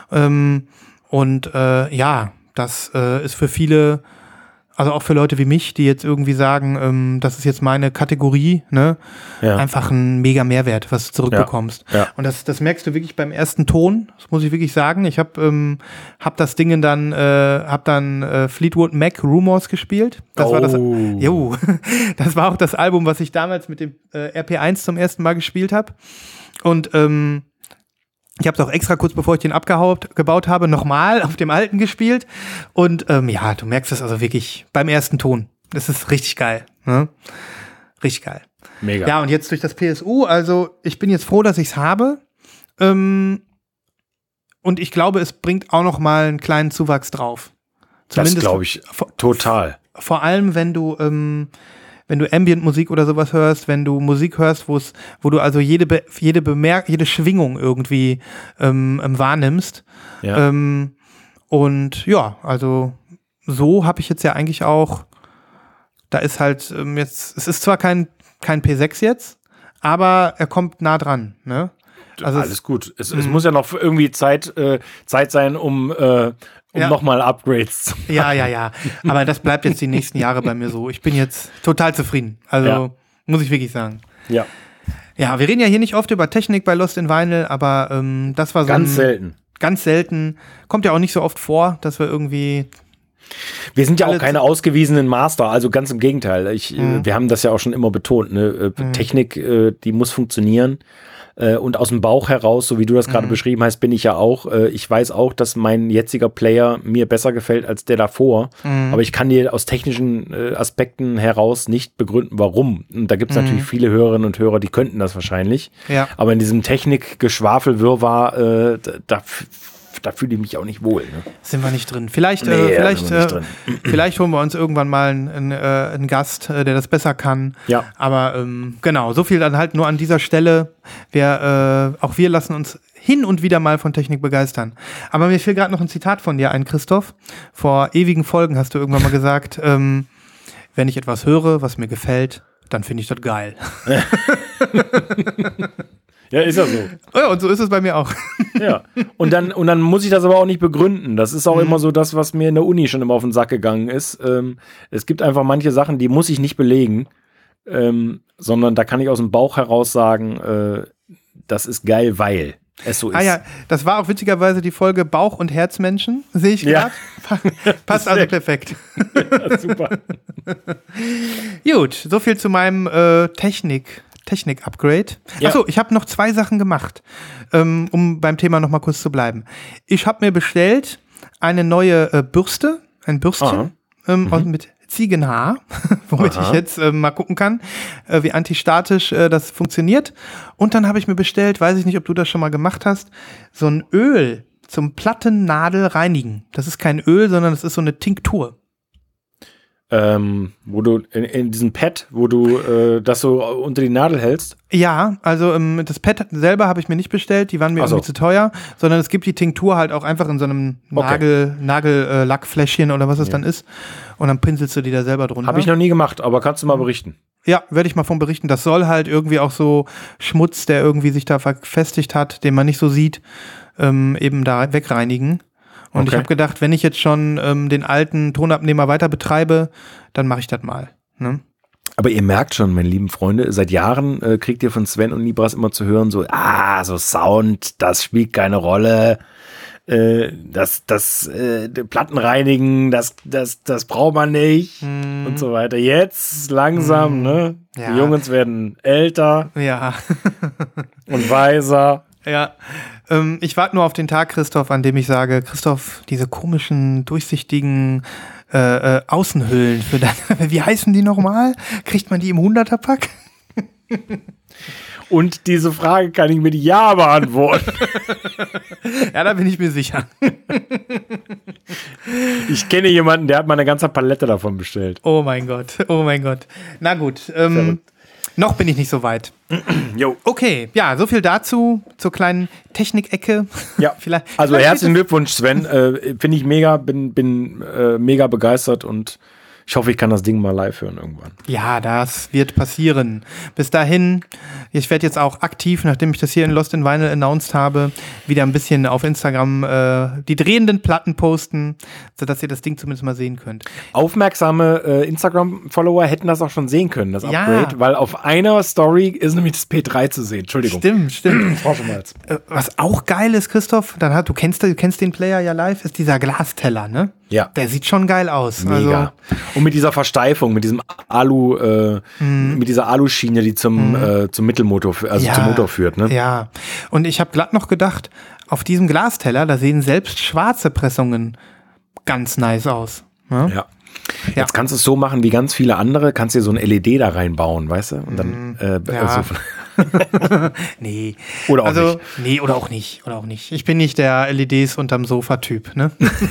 Das ist für viele, also auch für Leute wie mich, die jetzt irgendwie sagen, das ist jetzt meine Kategorie, ne?
Ja.
Einfach ein mega Mehrwert, was du zurückbekommst.
Ja.
Und das merkst du wirklich beim ersten Ton, das muss ich wirklich sagen. Ich habe das Ding dann, Fleetwood Mac Rumors gespielt. Das war das war auch das Album, was ich damals mit dem RP1 zum ersten Mal gespielt habe. Und ich habe es auch extra kurz bevor ich den gebaut habe, nochmal auf dem alten gespielt. Und du merkst es also wirklich beim ersten Ton. Das ist richtig geil. Ne? Richtig geil.
Mega.
Ja, und jetzt durch das PSU, also ich bin jetzt froh, dass ich es habe. Und ich glaube, es bringt auch noch mal einen kleinen Zuwachs drauf.
Zumindest, das glaube ich total.
Vor allem, wenn du Ambient-Musik oder sowas hörst, wenn du Musik hörst, wo du also jede Schwingung irgendwie wahrnimmst.
Ja.
Also so habe ich jetzt ja eigentlich auch, da ist halt es ist zwar kein P6 jetzt, aber er kommt nah dran, ne? Also
alles gut. Es muss ja noch irgendwie Zeit sein, um nochmal Upgrades zu machen.
Ja. Aber das bleibt jetzt die nächsten Jahre bei mir so. Ich bin jetzt total zufrieden. Also muss ich wirklich sagen.
Ja.
Ja, wir reden ja hier nicht oft über Technik bei Lost in Vinyl, aber das war so ganz selten. Kommt ja auch nicht so oft vor, dass wir irgendwie...
Wir sind ja auch keine ausgewiesenen Master, also ganz im Gegenteil. Wir haben das ja auch schon immer betont. Ne? Technik, die muss funktionieren. Und aus dem Bauch heraus, so wie du das gerade beschrieben hast, bin ich ja auch. Ich weiß auch, dass mein jetziger Player mir besser gefällt als der davor. Aber ich kann dir aus technischen Aspekten heraus nicht begründen, warum. Und da gibt es natürlich viele Hörerinnen und Hörer, die könnten das wahrscheinlich. Ja. Aber in diesem Technik-Geschwafel-Wirrwarr, da fühle ich mich auch nicht wohl. Ne?
Sind wir nicht drin. Vielleicht holen wir uns irgendwann mal einen Gast, der das besser kann.
Ja.
Aber genau, so viel dann halt nur an dieser Stelle. Auch wir lassen uns hin und wieder mal von Technik begeistern. Aber mir fiel gerade noch ein Zitat von dir ein, Christoph. Vor ewigen Folgen hast du irgendwann mal gesagt, wenn ich etwas höre, was mir gefällt, dann finde ich das geil.
Ja, ist ja so.
Ja, und so ist es bei mir auch.
Ja. Und dann muss ich das aber auch nicht begründen. Das ist auch immer so das, was mir in der Uni schon immer auf den Sack gegangen ist. Es gibt einfach manche Sachen, die muss ich nicht belegen, sondern da kann ich aus dem Bauch heraus sagen, das ist geil, weil es so ist.
Ah ja, das war auch witzigerweise die Folge Bauch- und Herzmenschen, sehe ich gerade. Ja. Passt also perfekt.
Ja, super.
Gut, so viel zu meinem Technik-Upgrade.
Ja.
Achso, ich habe noch 2 Sachen gemacht, um beim Thema noch mal kurz zu bleiben. Ich habe mir bestellt eine neue Bürste, ein Bürstchen mit Ziegenhaar, womit ich jetzt mal gucken kann, wie antistatisch das funktioniert. Und dann habe ich mir bestellt, weiß ich nicht, ob du das schon mal gemacht hast, so ein Öl zum Plattennadel reinigen. Das ist kein Öl, sondern das ist so eine Tinktur.
Wo du in diesem Pad, wo du das so unter die Nadel hältst?
Ja, also das Pad selber habe ich mir nicht bestellt, die waren mir irgendwie zu teuer, sondern es gibt die Tinktur halt auch einfach in so einem Nagellackfläschchen oder was es dann ist und dann pinselst du die da selber drunter.
Habe ich noch nie gemacht, aber kannst du mal berichten?
Ja, werde ich mal von berichten. Das soll halt irgendwie auch so Schmutz, der irgendwie sich da verfestigt hat, den man nicht so sieht, eben da wegreinigen. Und ich habe gedacht, wenn ich jetzt schon den alten Tonabnehmer weiter betreibe, dann mache ich das mal. Ne?
Aber ihr merkt schon, meine lieben Freunde, seit Jahren kriegt ihr von Sven und Nibras immer zu hören, so Sound, das spielt keine Rolle. Das Platten reinigen, das braucht man nicht und so weiter. Jetzt langsam, ne? Ja. Die Jungs werden älter und weiser.
Ja, ich warte nur auf den Tag, Christoph, an dem ich sage, Christoph, diese komischen, durchsichtigen Außenhüllen für deine, wie heißen die nochmal? Kriegt man die im 100er-Pack?
Und diese Frage kann ich mit Ja beantworten.
Ja, da bin ich mir sicher.
Ich kenne jemanden, der hat mal eine ganze Palette davon bestellt.
Oh mein Gott. Na gut, noch bin ich nicht so weit.
Jo.
Okay, ja, so viel dazu, zur kleinen Technikecke.
Ja, also herzlichen Glückwunsch, Sven. Finde ich mega, bin mega begeistert und ich hoffe, ich kann das Ding mal live hören irgendwann.
Ja, das wird passieren. Bis dahin, ich werde jetzt auch aktiv, nachdem ich das hier in Lost in Vinyl announced habe, wieder ein bisschen auf Instagram die drehenden Platten posten, sodass ihr das Ding zumindest mal sehen könnt.
Aufmerksame Instagram-Follower hätten das auch schon sehen können, das Upgrade, weil auf einer Story ist nämlich das P3 zu sehen. Entschuldigung.
Stimmt.
Das war schon mal jetzt.
Was auch geil ist, Christoph, du kennst den Player ja live, ist dieser Glasteller, ne?
Ja.
Der sieht schon geil aus.
Mega. Also, und mit dieser Versteifung, mit diesem mit dieser Aluschiene, die zum Mittelmotor, zum Motor führt, ne?
Ja. Und ich habe glatt noch gedacht, auf diesem Glasteller, da sehen selbst schwarze Pressungen ganz nice aus. Ne?
Ja. Jetzt kannst du es so machen wie ganz viele andere, kannst dir so ein LED da reinbauen, weißt du? Und dann
nee.
Oder auch
nicht.
Nee,
oder auch nicht. Ich bin nicht der LEDs unterm Sofa-Typ, ne?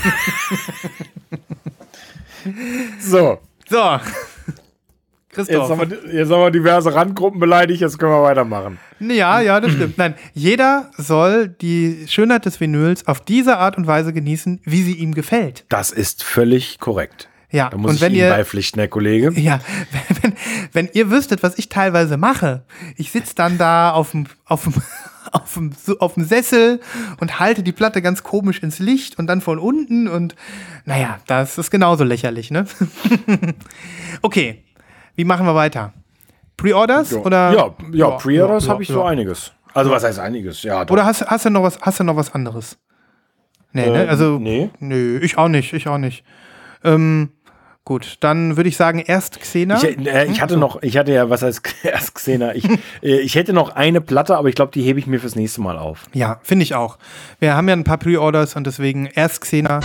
So.
Christoph.
Jetzt haben wir diverse Randgruppen beleidigt, jetzt können wir weitermachen.
Ja, das stimmt. Nein, jeder soll die Schönheit des Vinyls auf diese Art und Weise genießen, wie sie ihm gefällt.
Das ist völlig korrekt.
Ja,
da muss ich Ihnen beipflichten, Herr Kollege.
Ja, wenn ihr wüsstet, was ich teilweise mache, ich sitze dann da auf dem Sessel und halte die Platte ganz komisch ins Licht und dann von unten und naja, das ist genauso lächerlich, ne? Okay, wie machen wir weiter? Pre-Orders?
Ja.
Oder?
Ja, Pre-Orders habe ich so einiges. Also was heißt einiges? Ja, doch.
Oder hast du noch was anderes? Nee, ne? Also,
nee.
Nö, ich auch nicht. Gut, dann würde ich sagen, erst Xena.
Ich hatte ja, was heißt erst Xena? Ich hätte noch eine Platte, aber ich glaube, die hebe ich mir fürs nächste Mal auf.
Ja, finde ich auch. Wir haben ja ein paar Pre-Orders und deswegen erst Xena.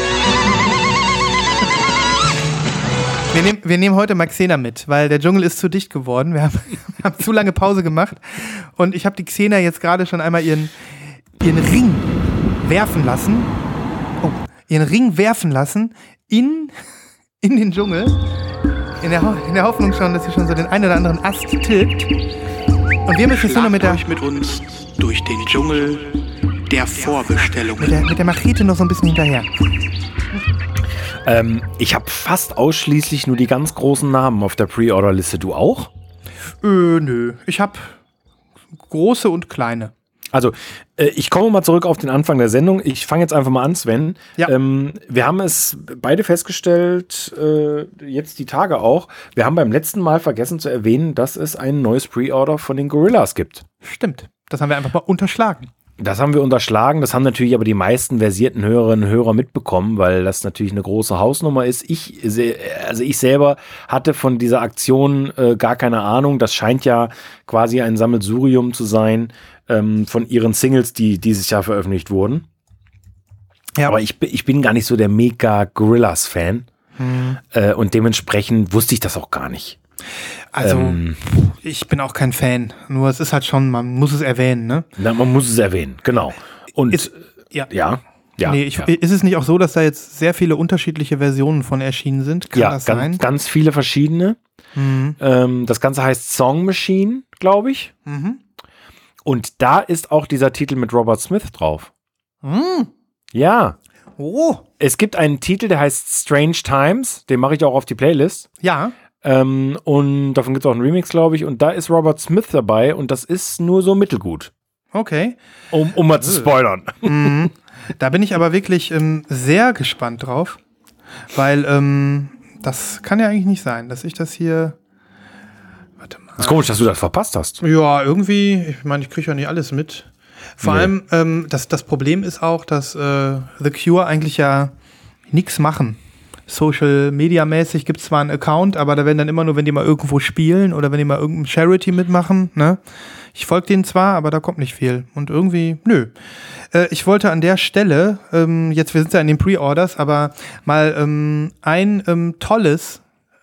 Wir nehmen heute mal Xena mit, weil der Dschungel ist zu dicht geworden. Wir haben zu lange Pause gemacht und ich habe die Xena jetzt gerade schon einmal ihren Ring werfen lassen. Oh, ihren Ring werfen lassen in den Dschungel, in der Hoffnung schon, dass sie schon so den einen oder anderen Ast tilgt. Und wir müssen jetzt nur noch
mit uns durch den Dschungel der Vorbestellung.
Mit der Machete noch so ein bisschen hinterher.
Ich habe fast ausschließlich nur die ganz großen Namen auf der Pre-Order-Liste. Du auch?
Nö. Ich habe große und kleine.
Also, ich komme mal zurück auf den Anfang der Sendung. Ich fange jetzt einfach mal an, Sven.
Ja.
Wir haben es beide festgestellt, jetzt die Tage auch. Wir haben beim letzten Mal vergessen zu erwähnen, dass es ein neues Pre-Order von den Gorillaz gibt.
Stimmt. Das haben wir einfach mal unterschlagen.
Das haben wir unterschlagen. Das haben natürlich aber die meisten versierten Hörerinnen und Hörer mitbekommen, weil das natürlich eine große Hausnummer ist. Ich selber hatte von dieser Aktion gar keine Ahnung. Das scheint ja quasi ein Sammelsurium zu sein von ihren Singles, die dieses Jahr veröffentlicht wurden. Ja. Aber ich bin gar nicht so der mega Gorillaz-Fan. Und dementsprechend wusste ich das auch gar nicht.
Also, ich bin auch kein Fan. Nur es ist halt schon, man muss es erwähnen, ne?
Na, man muss es erwähnen, genau. Und ja. Nee,
ist es nicht auch so, dass da jetzt sehr viele unterschiedliche Versionen von erschienen sind? Kann das sein?
Ganz viele verschiedene. Das Ganze heißt Song Machine, glaube ich. Und da ist auch dieser Titel mit Robert Smith drauf. Ja.
Oh.
Es gibt einen Titel, der heißt Strange Times. Den mache ich auch auf die Playlist.
Ja.
Und davon gibt es auch einen Remix, glaube ich. Und da ist Robert Smith dabei und das ist nur so mittelgut.
Okay.
Um mal zu spoilern.
Da bin ich aber wirklich sehr gespannt drauf. Weil das kann ja eigentlich nicht sein, dass ich das hier... Warte mal.
Das ist komisch, dass du das verpasst hast.
Ja, irgendwie. Ich meine, ich kriege ja nicht alles mit. Vor allem, das Problem ist auch, dass The Cure eigentlich ja nichts machen. Social-Media-mäßig gibt es zwar einen Account, aber da werden dann immer nur, wenn die mal irgendwo spielen oder wenn die mal irgendein Charity mitmachen, ne? Ich folge denen zwar, aber da kommt nicht viel. Und irgendwie, nö. Ich wollte an der Stelle, wir sind ja in den Pre-Orders, aber mal ein tolles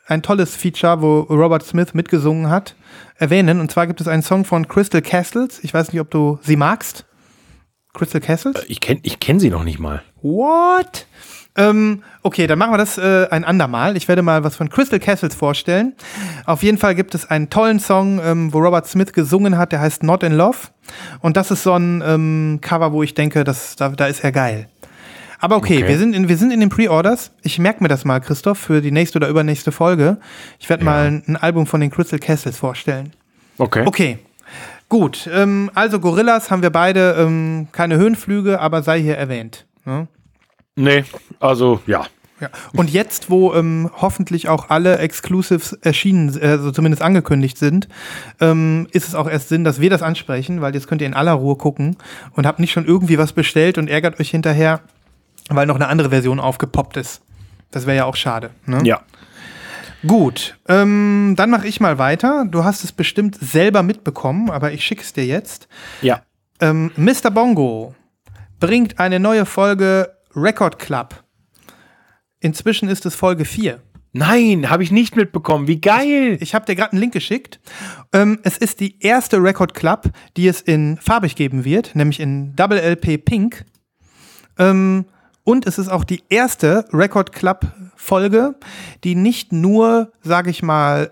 ein tolles Feature, wo Robert Smith mitgesungen hat, erwähnen. Und zwar gibt es einen Song von Crystal Castles. Ich weiß nicht, ob du sie magst. Crystal Castles?
Ich kenn sie noch nicht mal.
What? Okay, dann machen wir das ein andermal. Ich werde mal was von Crystal Castles vorstellen. Auf jeden Fall gibt es einen tollen Song, wo Robert Smith gesungen hat, der heißt Not in Love. Und das ist so ein Cover, wo ich denke, da ist er geil. Aber okay. Wir sind in den Pre-Orders. Ich merke mir das mal, Christoph, für die nächste oder übernächste Folge. Ich werde mal ein Album von den Crystal Castles vorstellen. Okay. Gut, also Gorillaz haben wir beide keine Höhenflüge, aber sei hier erwähnt. Ne?
Nee, also ja.
Und jetzt, wo hoffentlich auch alle Exclusives erschienen, also zumindest angekündigt sind, ist es auch erst Sinn, dass wir das ansprechen, weil jetzt könnt ihr in aller Ruhe gucken und habt nicht schon irgendwie was bestellt und ärgert euch hinterher, weil noch eine andere Version aufgepoppt ist. Das wäre ja auch schade. Ne?
Ja.
Gut, dann mache ich mal weiter. Du hast es bestimmt selber mitbekommen, aber ich schicke es dir jetzt.
Ja.
Mr. Bongo bringt eine neue Folge Record Club. Inzwischen ist es Folge 4.
Nein, habe ich nicht mitbekommen. Wie geil!
Ich habe dir gerade einen Link geschickt. Es ist die erste Record Club, die es in farbig geben wird, nämlich in Double LP Pink. Und es ist auch die erste Record Club Folge, die nicht nur, sage ich mal,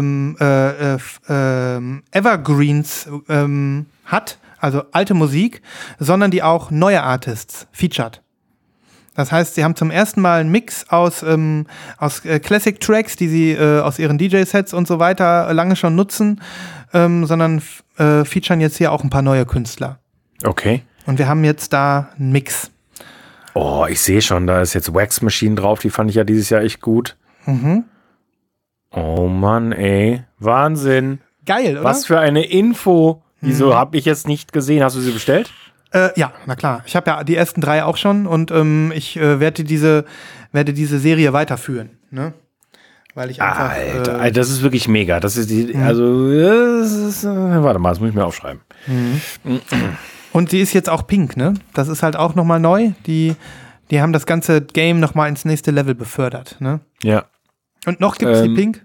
Evergreens hat, also alte Musik, sondern die auch neue Artists featured. Das heißt, sie haben zum ersten Mal einen Mix aus Classic-Tracks, die sie aus ihren DJ-Sets und so weiter lange schon nutzen, sondern featuren jetzt hier auch ein paar neue Künstler.
Okay.
Und wir haben jetzt da einen Mix.
Oh, ich sehe schon, da ist jetzt Wax Machine drauf, die fand ich ja dieses Jahr echt gut. Mhm. Oh Mann, ey. Wahnsinn.
Geil, oder?
Was für eine Info. Wieso habe ich jetzt nicht gesehen? Hast du sie bestellt?
Ja, na klar. Ich habe ja die ersten 3 auch schon und ich werde diese Serie weiterführen, ne? Weil ich einfach.
Alter, das ist wirklich mega. Das ist die, warte mal, das muss ich mir aufschreiben.
Und sie ist jetzt auch pink, ne? Das ist halt auch nochmal neu. Die haben das ganze Game nochmal ins nächste Level befördert, ne?
Ja.
Und noch gibt's die pink?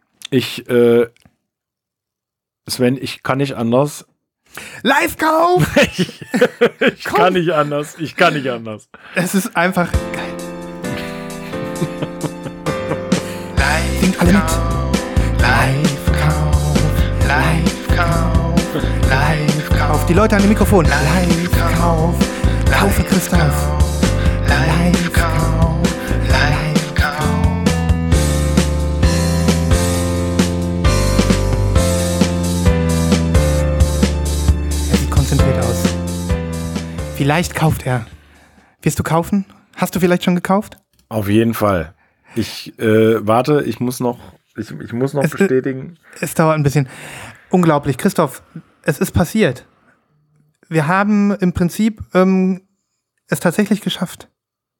Sven, ich kann nicht anders.
Live-Kauf!
Ich kann nicht anders.
Es ist einfach geil. Singt alle mit. Live-Kauf. Die Leute an dem Mikrofon. Live-Kauf. Kaufe Christoph. Live-Kauf. Konzentriert aus. Vielleicht kauft er. Wirst du kaufen? Hast du vielleicht schon gekauft?
Auf jeden Fall. Ich warte, ich muss noch bestätigen.
Es dauert ein bisschen. Unglaublich. Christoph, es ist passiert. Wir haben im Prinzip es tatsächlich geschafft.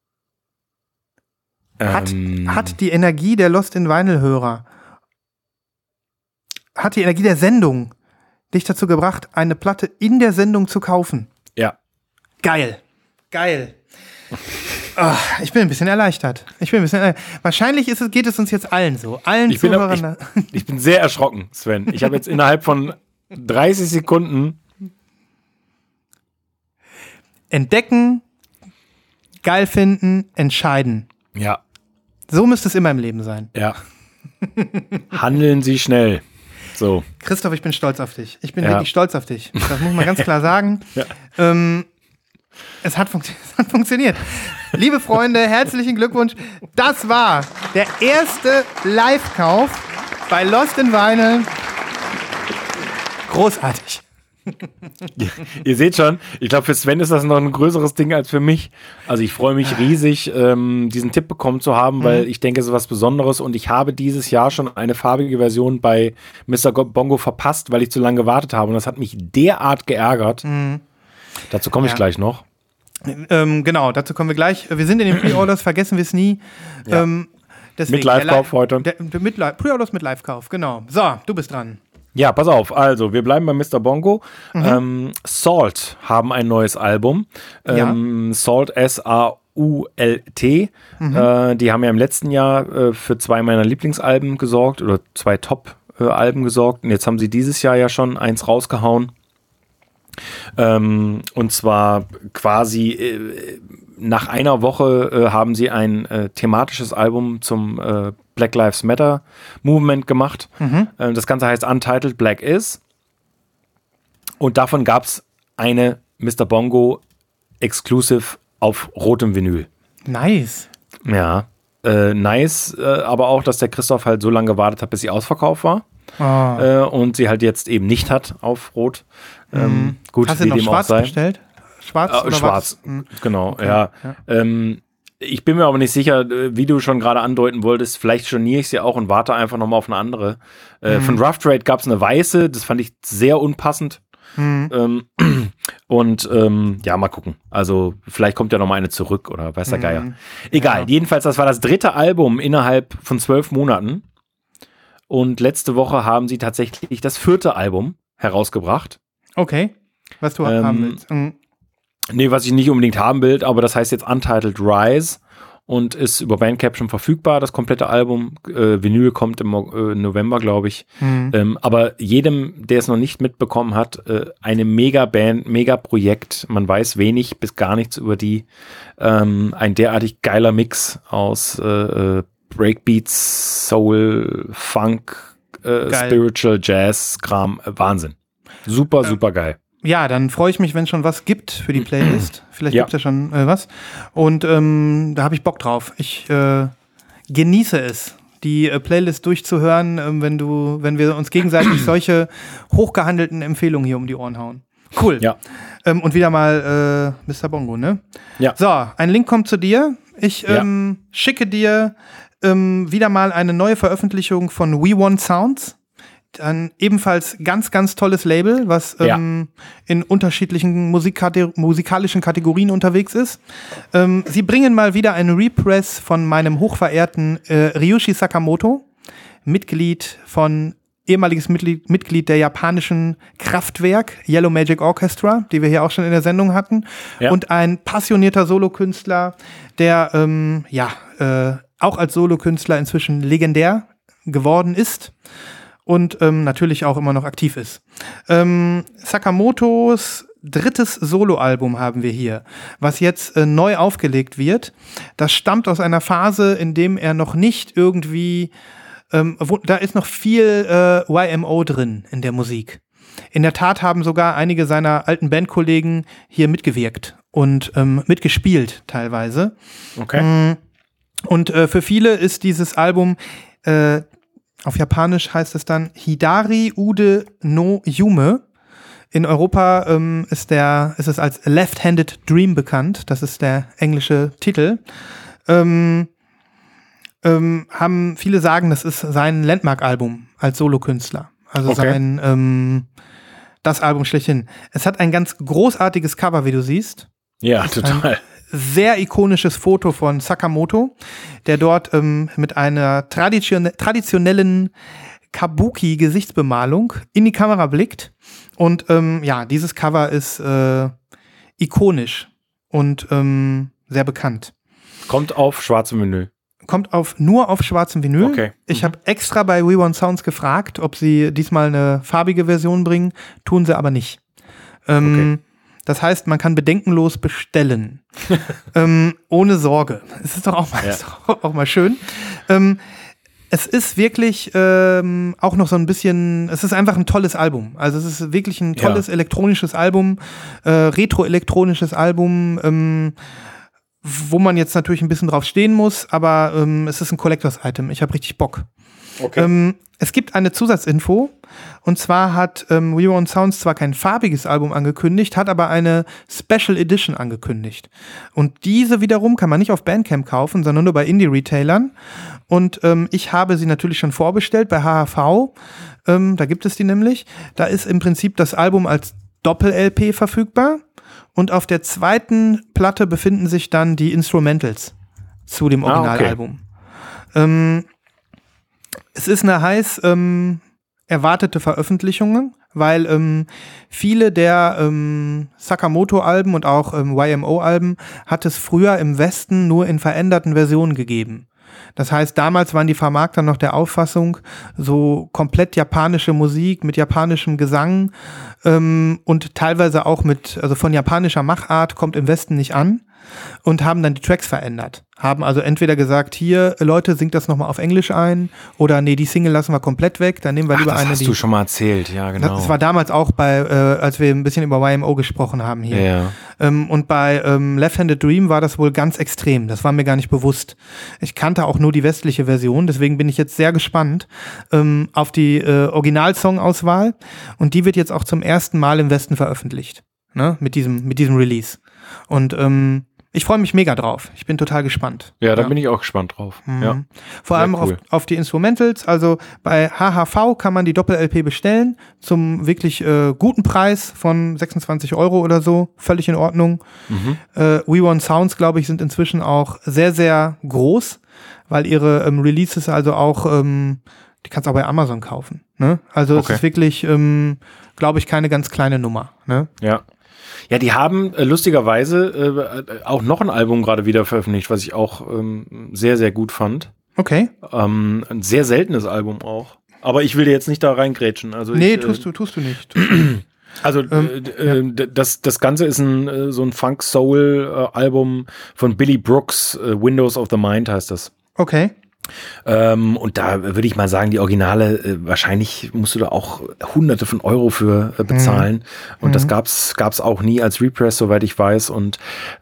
Hat die Energie der Lost in Vinyl-Hörer, hat die Energie der Sendung dich dazu gebracht, eine Platte in der Sendung zu kaufen?
Ja.
Geil. Oh, ich bin ein bisschen erleichtert. Wahrscheinlich geht es uns jetzt allen so. Allen Zuhörern.
Ich bin sehr erschrocken, Sven. Ich habe jetzt innerhalb von 30 Sekunden
entdecken, geil finden, entscheiden.
Ja.
So müsste es immer im Leben sein.
Ja. Handeln Sie schnell. So.
Christoph, ich bin stolz auf dich. Ich bin wirklich stolz auf dich. Das muss man ganz klar sagen.
Ja.
Es hat funktioniert. Liebe Freunde, herzlichen Glückwunsch. Das war der erste Live-Kauf bei Lost in Vinyl. Großartig.
Ihr seht schon, ich glaube, für Sven ist das noch ein größeres Ding als für mich. Also ich freue mich riesig, diesen Tipp bekommen zu haben, weil ich denke, es ist was Besonderes und ich habe dieses Jahr schon eine farbige Version bei Mr. Bongo verpasst, weil ich zu lange gewartet habe und das hat mich derart geärgert. Dazu komme ich gleich noch.
Genau, dazu kommen wir gleich. Wir sind in den Pre-Orders, vergessen wir es nie.
Ja.
Deswegen,
mit Live-Kauf heute.
Pre-Orders mit Live-Kauf, genau. So, du bist dran.
Ja, pass auf, also wir bleiben bei Mr. Bongo. Salt haben ein neues Album. Salt, SAULT. Die haben ja im letzten Jahr für 2 meiner Lieblingsalben gesorgt oder 2 Top-Alben gesorgt. Und jetzt haben sie dieses Jahr ja schon eins rausgehauen. Und zwar quasi nach einer Woche haben sie ein thematisches Album zum Black Lives Matter Movement gemacht. Das Ganze heißt Untitled Black Is. Und davon gab es eine Mr. Bongo Exclusive auf rotem Vinyl.
Nice.
Ja, nice, aber auch, dass der Christoph halt so lange gewartet hat, bis sie ausverkauft war. Und sie halt jetzt eben nicht hat auf Rot. Gut,
hast du noch schwarz bestellt? Schwarz? Oder
schwarz, genau, okay. Ja. Ich bin mir aber nicht sicher, wie du schon gerade andeuten wolltest, vielleicht storniere ich sie auch und warte einfach nochmal auf eine andere. Von Rough Trade gab es eine weiße, das fand ich sehr unpassend. Und ja, mal gucken. Also vielleicht kommt ja noch mal eine zurück oder weiß der Geier. Egal, jedenfalls, das war das 3. Album innerhalb von 12 Monaten. Und letzte Woche haben sie tatsächlich das 4. Album herausgebracht.
Okay, was du haben willst.
Nee, was ich nicht unbedingt haben will, aber das heißt jetzt Untitled Rise und ist über Bandcamp schon verfügbar, das komplette Album. Vinyl kommt im November, glaube ich. Aber jedem, der es noch nicht mitbekommen hat, eine Mega-Band, Mega-Projekt, man weiß wenig bis gar nichts über die. Ein derartig geiler Mix aus Breakbeats, Soul, Funk, Spiritual, Jazz, Kram, Wahnsinn. Super, super geil.
Ja, dann freue ich mich, wenn es schon was gibt für die Playlist. Vielleicht gibt es ja schon was. Und da habe ich Bock drauf. Ich genieße es, die Playlist durchzuhören, wenn wir uns gegenseitig solche hochgehandelten Empfehlungen hier um die Ohren hauen. Cool.
Ja.
Und wieder mal Mr. Bongo, ne?
Ja.
So, ein Link kommt zu dir. Ich schicke dir wieder mal eine neue Veröffentlichung von We Want Sounds. Ein ebenfalls ganz, ganz tolles Label, was in unterschiedlichen musikalischen Kategorien unterwegs ist. Sie bringen mal wieder einen Repress von meinem hochverehrten Ryuichi Sakamoto, ehemaliges Mitglied der japanischen Kraftwerk Yellow Magic Orchestra, die wir hier auch schon in der Sendung hatten. Ja. Und ein passionierter Solokünstler, der auch als Solokünstler inzwischen legendär geworden ist. Und natürlich auch immer noch aktiv ist. Sakamotos 3. Soloalbum haben wir hier, was jetzt neu aufgelegt wird. Das stammt aus einer Phase, in dem er noch nicht irgendwie, da ist noch viel YMO drin in der Musik. In der Tat haben sogar einige seiner alten Bandkollegen hier mitgewirkt und mitgespielt teilweise.
Okay.
Und für viele ist dieses Album auf Japanisch heißt es dann Hidari Ude no Yume. In Europa ist es als Left-Handed Dream bekannt. Das ist der englische Titel. Haben viele sagen, das ist sein Landmark-Album als Solokünstler. Also das Album schlechthin. Es hat ein ganz großartiges Cover, wie du siehst.
Ja, total.
Sehr ikonisches Foto von Sakamoto, der dort mit einer traditionellen Kabuki-Gesichtsbemalung in die Kamera blickt. Und dieses Cover ist ikonisch und sehr bekannt.
Kommt auf schwarzem Vinyl.
Kommt nur auf schwarzem Vinyl.
Okay.
Ich habe extra bei We Want Sounds gefragt, ob sie diesmal eine farbige Version bringen. Tun sie aber nicht. Okay. Das heißt, man kann bedenkenlos bestellen. Ohne Sorge. Es ist doch auch mal schön. Es ist wirklich auch noch so ein bisschen, es ist einfach ein tolles Album. Also es ist wirklich ein tolles elektronisches Album, retro-elektronisches Album, wo man jetzt natürlich ein bisschen drauf stehen muss, aber es ist ein Collectors-Item. Ich habe richtig Bock. Okay. Es gibt eine Zusatzinfo, und zwar hat We Want Sounds zwar kein farbiges Album angekündigt, hat aber eine Special Edition angekündigt. Und diese wiederum kann man nicht auf Bandcamp kaufen, sondern nur bei Indie-Retailern. Und ich habe sie natürlich schon vorbestellt bei HHV. Da gibt es die nämlich. Da ist im Prinzip das Album als Doppel-LP verfügbar. Und auf der zweiten Platte befinden sich dann die Instrumentals zu dem Originalalbum. Es ist eine heiß erwartete Veröffentlichungen, weil viele der Sakamoto-Alben und auch YMO-Alben hat es früher im Westen nur in veränderten Versionen gegeben. Das heißt, damals waren die Vermarkter noch der Auffassung, so komplett japanische Musik mit japanischem Gesang und teilweise auch also von japanischer Machart kommt im Westen nicht an und haben dann die Tracks verändert. Haben also entweder gesagt, hier, Leute, singt das nochmal auf Englisch ein oder nee, die Single lassen wir komplett weg, dann nehmen wir lieber eine.
Das hast du schon mal erzählt, ja genau.
Das war damals auch als wir ein bisschen über YMO gesprochen haben hier.
Ja.
Und bei Left-Handed Dream war das wohl ganz extrem, das war mir gar nicht bewusst. Ich kannte auch nur die westliche Version, deswegen bin ich jetzt sehr gespannt auf die Originalsong-Auswahl und die wird jetzt auch zum ersten Mal im Westen veröffentlicht, ne? Mit diesem Release. Und ich freue mich mega drauf. Ich bin total gespannt.
Ja, da bin ich auch gespannt drauf.
Mhm.
Ja.
Vor allem cool. auf die Instrumentals. Also bei HHV kann man die Doppel-LP bestellen zum wirklich guten Preis von 26 € oder so. Völlig in Ordnung. We Want Sounds, glaube ich, sind inzwischen auch sehr, sehr groß, weil ihre Releases also auch, die kannst du auch bei Amazon kaufen. Ne? Also es ist wirklich, glaube ich, keine ganz kleine Nummer. Ne?
Ja. Ja, die haben lustigerweise auch noch ein Album gerade wieder veröffentlicht, was ich auch sehr, sehr gut fand.
Okay.
Ein sehr seltenes Album auch. Aber ich will dir jetzt nicht da reingrätschen. Also
nee, tust du nicht.
Also das Ganze ist so ein Funk-Soul-Album von Billy Brooks, Windows of the Mind heißt das.
Okay.
Und da würde ich mal sagen, die Originale, wahrscheinlich musst du da auch Hunderte von Euro für bezahlen. Und das gab's auch nie als Repress, soweit ich weiß. Und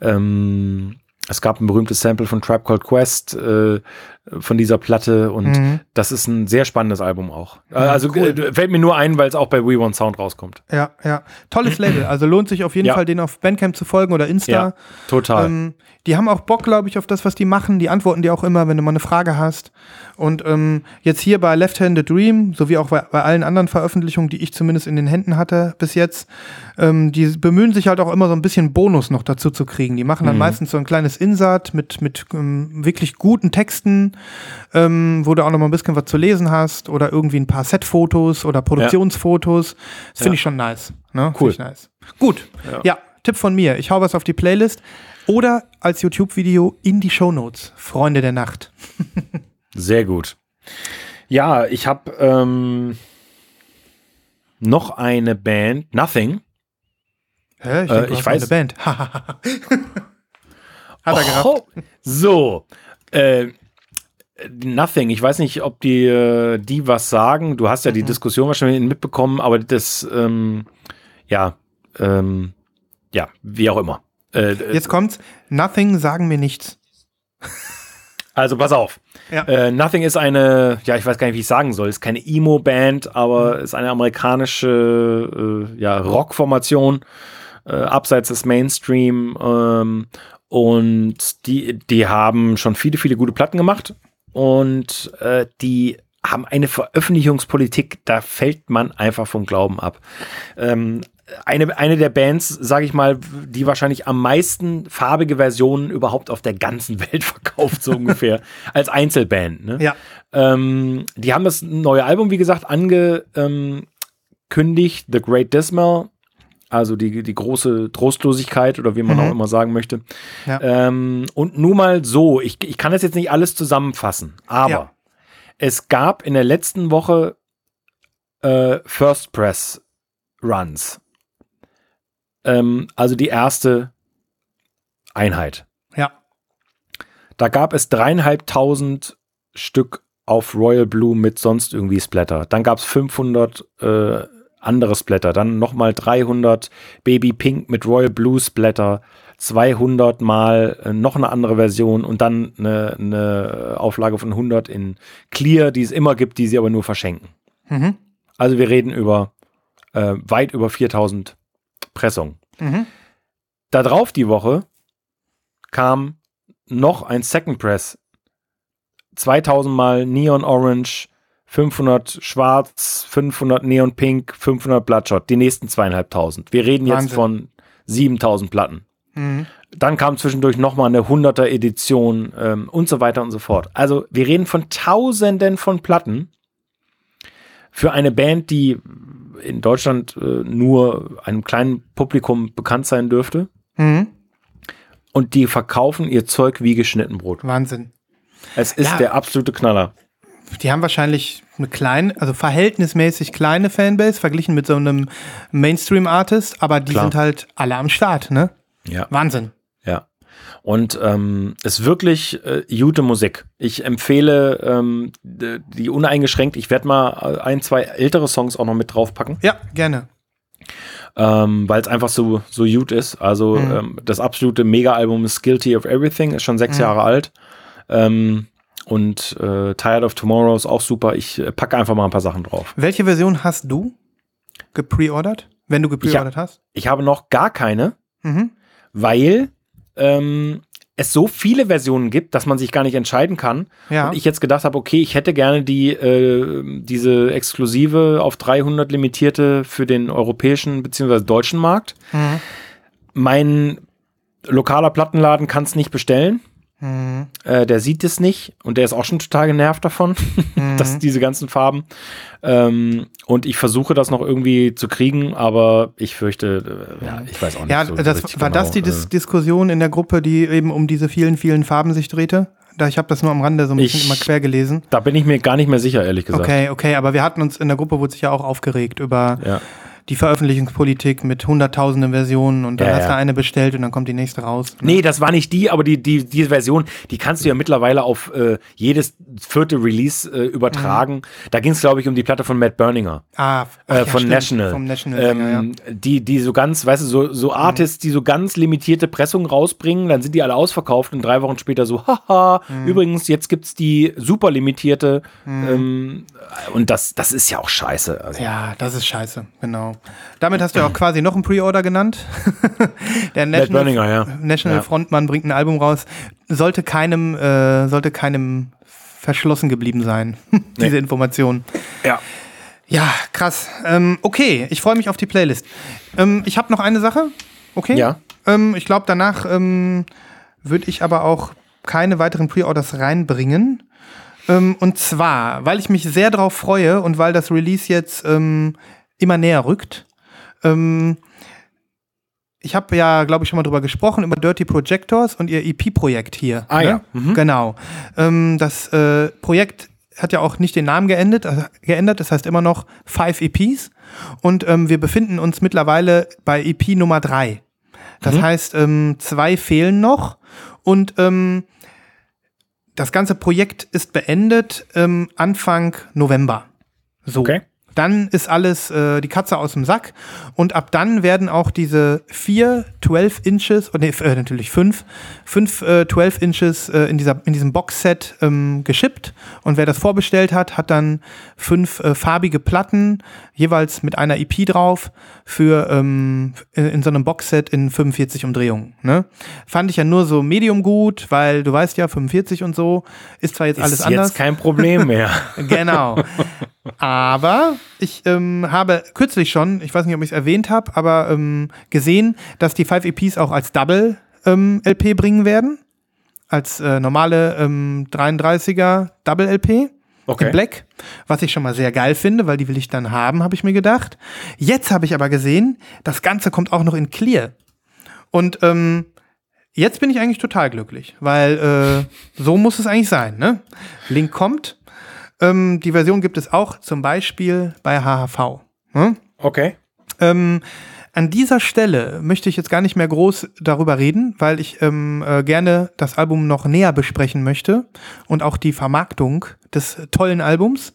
es gab ein berühmtes Sample von Tribe Called Quest von dieser Platte. Und das ist ein sehr spannendes Album auch. Also cool. Fällt mir nur ein, weil es auch bei We Want Sound rauskommt.
Ja, ja. Tolles Label. Also lohnt sich auf jeden Fall, denen auf Bandcamp zu folgen oder Insta.
Ja, total.
Die haben auch Bock, glaube ich, auf das, was die machen. Die antworten dir auch immer, wenn du mal eine Frage hast. Und jetzt hier bei Left-Handed Dream, sowie auch bei allen anderen Veröffentlichungen, die ich zumindest in den Händen hatte bis jetzt, die bemühen sich halt auch immer so ein bisschen Bonus noch dazu zu kriegen. Die machen dann meistens so ein kleines Insert mit wirklich guten Texten, wo du auch noch mal ein bisschen was zu lesen hast oder irgendwie ein paar Set-Fotos oder Produktionsfotos. Das finde ich schon nice. Ne?
Cool.
Find ich nice. Gut, ja, Tipp von mir. Ich hau was auf die Playlist. Oder als YouTube-Video in die Shownotes. Freunde der Nacht.
Sehr gut. Ja, ich habe noch eine Band, Nothing.
Hä? Ich
weiß
eine Band. Hat er gehabt.
So. Nothing. Ich weiß nicht, ob die was sagen. Du hast ja die Diskussion wahrscheinlich mitbekommen, aber das, wie auch immer.
Jetzt kommt's. Nothing sagen mir nichts.
Also pass auf.
Ja.
Nothing ist eine, ich weiß gar nicht, wie ich sagen soll, ist keine Emo-Band, aber ist eine amerikanische Rock-Formation, abseits des Mainstream. Und die haben schon viele, viele gute Platten gemacht. Und die haben eine Veröffentlichungspolitik, da fällt man einfach vom Glauben ab. Eine der Bands, sage ich mal, die wahrscheinlich am meisten farbige Versionen überhaupt auf der ganzen Welt verkauft, so ungefähr, als Einzelband. Ne?
Ja.
Die haben das neue Album, wie gesagt, angekündigt, The Great Dismal, also die große Trostlosigkeit oder wie man auch immer sagen möchte.
Ja.
Und nur mal so, ich kann das jetzt nicht alles zusammenfassen, aber es gab in der letzten Woche First Press Runs. Also die erste Einheit.
Ja.
Da gab es 3.500 Stück auf Royal Blue mit sonst irgendwie Splatter. Dann gab es 500 andere Splatter. Dann nochmal 300 Baby Pink mit Royal Blue Splatter. 200 mal noch eine andere Version und dann eine Auflage von 100 in Clear, die es immer gibt, die sie aber nur verschenken. Also wir reden über weit über 4.000 Pressungen. Da drauf die Woche kam noch ein Second Press. 2.000 mal Neon Orange, 500 Schwarz, 500 Neon Pink, 500 Bloodshot. Die nächsten 2.500. Wir reden jetzt von 7.000 Platten. Dann kam zwischendurch nochmal eine 100er Edition und so weiter und so fort. Also wir reden von Tausenden von Platten für eine Band, die in Deutschland nur einem kleinen Publikum bekannt sein dürfte.
Mhm.
Und die verkaufen ihr Zeug wie geschnitten Brot.
Wahnsinn.
Es ist der absolute Knaller.
Die haben wahrscheinlich eine kleine, also verhältnismäßig kleine Fanbase, verglichen mit so einem Mainstream-Artist, aber die sind halt alle am Start, ne?
Ja.
Wahnsinn.
Ja. Und ist wirklich gute Musik. Ich empfehle die uneingeschränkt. Ich werde mal 1, 2 ältere Songs auch noch mit draufpacken.
Ja, gerne.
Weil es einfach so gut ist. Also das absolute Mega-Album ist Guilty of Everything, ist schon 6 Jahre alt. Und Tired of Tomorrow ist auch super. Ich packe einfach mal ein paar Sachen drauf.
Welche Version hast du gepreordert, wenn du gepreordert hast?
Ich habe noch gar keine, weil es so viele Versionen gibt, dass man sich gar nicht entscheiden kann.
Ja.
Und ich jetzt gedacht habe, okay, ich hätte gerne diese exklusive auf 300 limitierte für den europäischen bzw. deutschen Markt. Mein lokaler Plattenladen kann es nicht bestellen. Der sieht es nicht und der ist auch schon total genervt davon, dass diese ganzen Farben. Und ich versuche das noch irgendwie zu kriegen, aber ich fürchte, ich weiß auch nicht.
Ja,
so
das,
richtig
war
genau,
das die Diskussion in der Gruppe, die eben um diese vielen, vielen Farben sich drehte? Ich habe das nur am Rande so ein bisschen immer quer gelesen.
Da bin ich mir gar nicht mehr sicher, ehrlich gesagt.
Okay, aber wir hatten uns in der Gruppe, wurde sich ja auch aufgeregt über die Veröffentlichungspolitik mit hunderttausenden Versionen und dann hast du eine bestellt und dann kommt die nächste raus.
Nee, das war nicht die, aber diese Version, die kannst du ja mittlerweile auf jedes 4. Release übertragen. Da ging es, glaube ich, um die Platte von Matt Berninger. Von National.
Vom National.
Die so ganz, weißt du, so Artists, die so ganz limitierte Pressungen rausbringen, dann sind die alle ausverkauft und 3 Wochen später so, haha, übrigens, jetzt gibt's die super limitierte und das ist ja auch scheiße. Also.
Ja, das ist scheiße, genau. Damit hast du ja auch quasi noch einen Pre-Order genannt. Der National Frontmann bringt ein Album raus. Sollte keinem verschlossen geblieben sein, diese Information.
Ja.
Ja, krass. Okay, ich freue mich auf die Playlist. Ich habe noch eine Sache. Okay?
Ja.
Ich glaube, danach würde ich aber auch keine weiteren Pre-Orders reinbringen. Und zwar, weil ich mich sehr drauf freue und weil das Release jetzt immer näher rückt. Ich habe ja, glaube ich, schon mal drüber gesprochen, über Dirty Projectors und ihr EP-Projekt hier.
Ja.
Genau. Das Projekt hat ja auch nicht den Namen geändert, das heißt immer noch 5 EPs. Und wir befinden uns mittlerweile bei EP Nummer 3. Das heißt, 2 fehlen noch. Und das ganze Projekt ist beendet Anfang November. So. Okay. Dann ist alles die Katze aus dem Sack und ab dann werden auch diese 4 12 Inches, natürlich 5 12 Inches in diesem Boxset geschippt und wer das vorbestellt hat, hat dann 5 farbige Platten, jeweils mit einer EP drauf für in so einem Boxset in 45 Umdrehungen. Ne? Fand ich ja nur so medium gut, weil du weißt ja, 45 und so ist zwar jetzt alles anders.
Ist jetzt kein Problem mehr.
Genau. Aber ich habe kürzlich schon, ich weiß nicht, ob ich es erwähnt habe, aber gesehen, dass die 5 EPs auch als Double LP bringen werden. Als normale 33er Double LP. Okay. In Black. Was ich schon mal sehr geil finde, weil die will ich dann haben, habe ich mir gedacht. Jetzt habe ich aber gesehen, das Ganze kommt auch noch in Clear. Und jetzt bin ich eigentlich total glücklich, weil so muss es eigentlich sein. Ne? Link kommt. Die Version gibt es auch zum Beispiel bei HHV.
Okay.
An dieser Stelle möchte ich jetzt gar nicht mehr groß darüber reden, weil ich gerne das Album noch näher besprechen möchte und auch die Vermarktung des tollen Albums.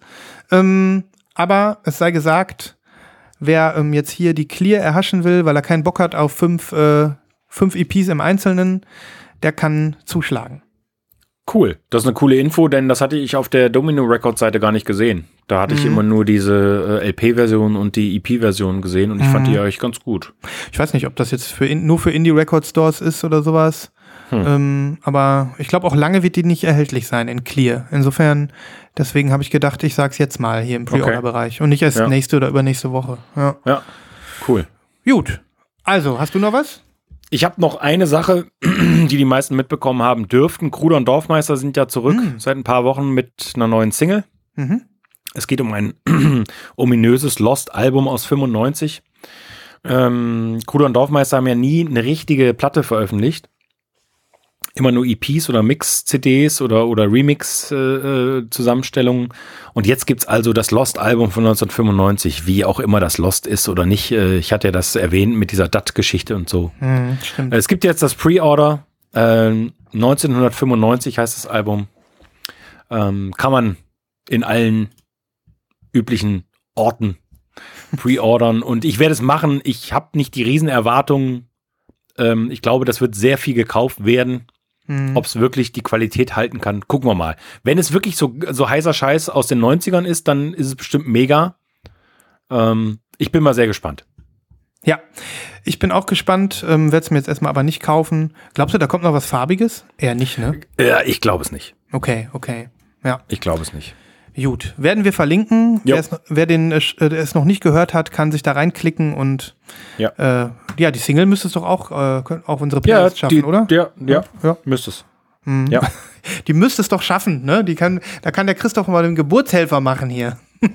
Aber es sei gesagt, wer jetzt hier die Clear erhaschen will, weil er keinen Bock hat auf 5 EPs im Einzelnen, der kann zuschlagen.
Cool, das ist eine coole Info, denn das hatte ich auf der Domino Records Seite gar nicht gesehen. Da hatte ich immer nur diese LP-Version und die EP-Version gesehen und ich fand die eigentlich ganz gut.
Ich weiß nicht, ob das jetzt nur für Indie-Record-Stores ist oder sowas, aber ich glaube auch lange wird die nicht erhältlich sein in Clear. Insofern, deswegen habe ich gedacht, ich sag's jetzt mal hier im Pre-Order-Bereich und nicht erst nächste oder übernächste Woche.
Ja, cool.
Gut, also, hast du noch was?
Ich habe noch eine Sache, die meisten mitbekommen haben dürften. Kruder und Dorfmeister sind ja zurück seit ein paar Wochen mit einer neuen Single. Es geht um ein ominöses Lost-Album aus 95. Kruder und Dorfmeister haben ja nie eine richtige Platte veröffentlicht. Immer nur EPs oder Mix-CDs oder Remix-Zusammenstellungen. Und jetzt gibt's also das Lost-Album von 1995, wie auch immer das Lost ist oder nicht. Ich hatte ja das erwähnt mit dieser DAT-Geschichte und so.
Stimmt.
Es gibt jetzt das Pre-Order. 1995 heißt das Album. Kann man in allen üblichen Orten pre-ordern. Und ich werde es machen. Ich habe nicht die Riesenerwartungen. Ich glaube, das wird sehr viel gekauft werden. Ob es wirklich die Qualität halten kann, gucken wir mal. Wenn es wirklich so heißer Scheiß aus den 90ern ist, dann ist es bestimmt mega. Ich bin mal sehr gespannt.
Ja, ich bin auch gespannt, werde es mir jetzt erstmal aber nicht kaufen. Glaubst du, da kommt noch was Farbiges? Eher nicht, ne?
Ja, ich glaube es nicht.
Okay. Ja.
Ich glaube es nicht.
Gut, werden wir verlinken. Wer es noch nicht gehört hat, kann sich da reinklicken und die Single müsste es doch auch auf unsere Playlist schaffen, oder?
Ja, müsste es. Ja.
Die müsste es doch schaffen, ne? Da kann der Christoph mal den Geburtshelfer machen hier.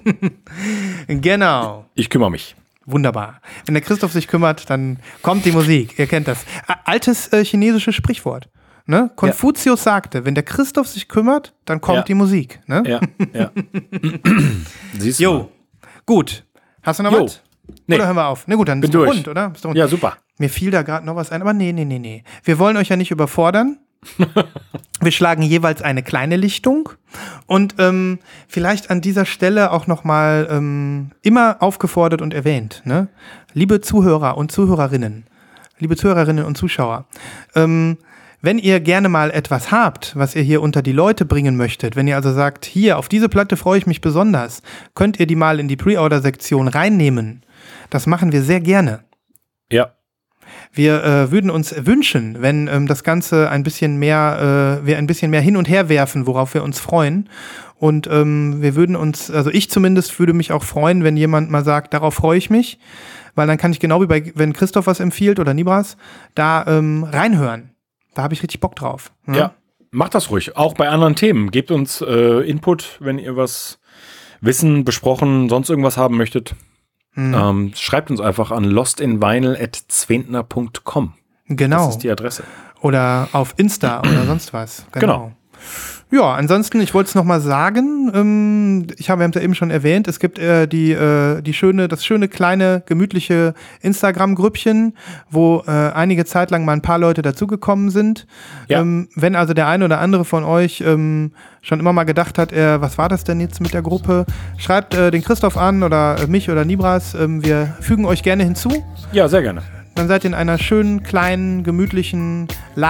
Genau.
Ich kümmere mich.
Wunderbar. Wenn der Christoph sich kümmert, dann kommt die Musik. Ihr kennt das. Altes chinesisches Sprichwort. Ne? Konfuzius sagte, wenn der Christoph sich kümmert, dann kommt die Musik. Ne?
Ja. Siehst du.
Jo, gut. Hast du noch was?
Nee.
Oder hören wir auf? Na gut, dann
Bin
bist du
durch.
rund, oder?
Ja, super.
Mir fiel da gerade noch was ein, aber nee. Wir wollen euch ja nicht überfordern. Wir schlagen jeweils eine kleine Lichtung und vielleicht an dieser Stelle auch nochmal immer aufgefordert und erwähnt, ne? Liebe Zuhörer und Zuhörerinnen, liebe Zuhörerinnen und Zuschauer, wenn ihr gerne mal etwas habt, was ihr hier unter die Leute bringen möchtet, wenn ihr also sagt, hier, auf diese Platte freue ich mich besonders, könnt ihr die mal in die Pre-Order-Sektion reinnehmen. Das machen wir sehr gerne.
Ja.
Wir würden uns wünschen, wenn das Ganze wir ein bisschen mehr hin und her werfen, worauf wir uns freuen. Und wir würden uns, also ich zumindest würde mich auch freuen, wenn jemand mal sagt, darauf freue ich mich, weil dann kann ich genau wie wenn Christoph was empfiehlt oder Nibras, da reinhören. Da habe ich richtig Bock drauf. Ne?
Ja, macht das ruhig. Auch bei anderen Themen. Gebt uns Input, wenn ihr was wissen, besprochen, sonst irgendwas haben möchtet. Schreibt uns einfach an lostinvinyl@zwentner.com.
Genau.
Das ist die Adresse.
Oder auf Insta oder sonst was. Genau. Ja, ansonsten, ich wollte es nochmal sagen, wir haben es ja eben schon erwähnt, es gibt das schöne, kleine, gemütliche Instagram-Grüppchen, wo einige Zeit lang mal ein paar Leute dazugekommen sind. Ja. Wenn also der eine oder andere von euch schon immer mal gedacht hat, was war das denn jetzt mit der Gruppe, schreibt den Christoph an oder mich oder Nibras, wir fügen euch gerne hinzu.
Ja, sehr gerne.
Dann seid ihr in einer schönen, kleinen, gemütlichen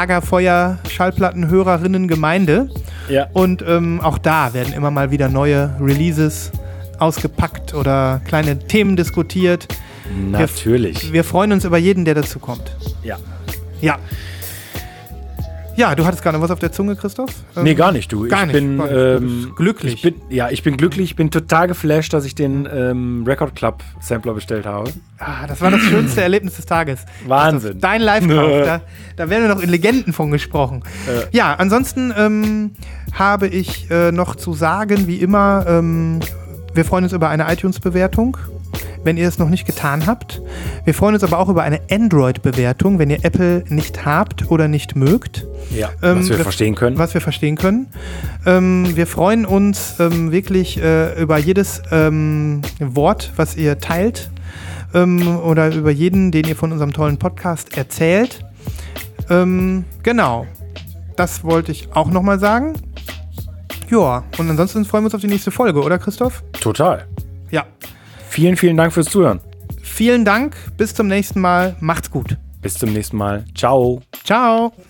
Lagerfeuer-Schallplattenhörerinnen-Gemeinde. Ja. Und auch da werden immer mal wieder neue Releases ausgepackt oder kleine Themen diskutiert.
Natürlich.
Wir freuen uns über jeden, der dazu kommt.
Ja.
Ja. Ja, du hattest gerade noch was auf der Zunge, Christoph?
Nee, gar nicht, du.
Ich bin glücklich.
Ich bin glücklich, ich bin total geflasht, dass ich den Record Club Sampler bestellt habe.
Das war das schönste Erlebnis des Tages.
Wahnsinn.
Dein Live-Kauf, da werden wir noch in Legenden von gesprochen. Ja, ansonsten habe ich noch zu sagen, wie immer, wir freuen uns über eine iTunes-Bewertung, wenn ihr es noch nicht getan habt. Wir freuen uns aber auch über eine Android-Bewertung, wenn ihr Apple nicht habt oder nicht mögt.
Ja, was wir verstehen können.
Wir freuen uns wirklich über jedes Wort, was ihr teilt oder über jeden, den ihr von unserem tollen Podcast erzählt. Genau, das wollte ich auch nochmal sagen. Ja, und ansonsten freuen wir uns auf die nächste Folge, oder Christoph?
Total.
Ja.
Vielen, vielen Dank fürs Zuhören.
Vielen Dank, bis zum nächsten Mal. Macht's gut.
Bis zum nächsten Mal. Ciao.
Ciao.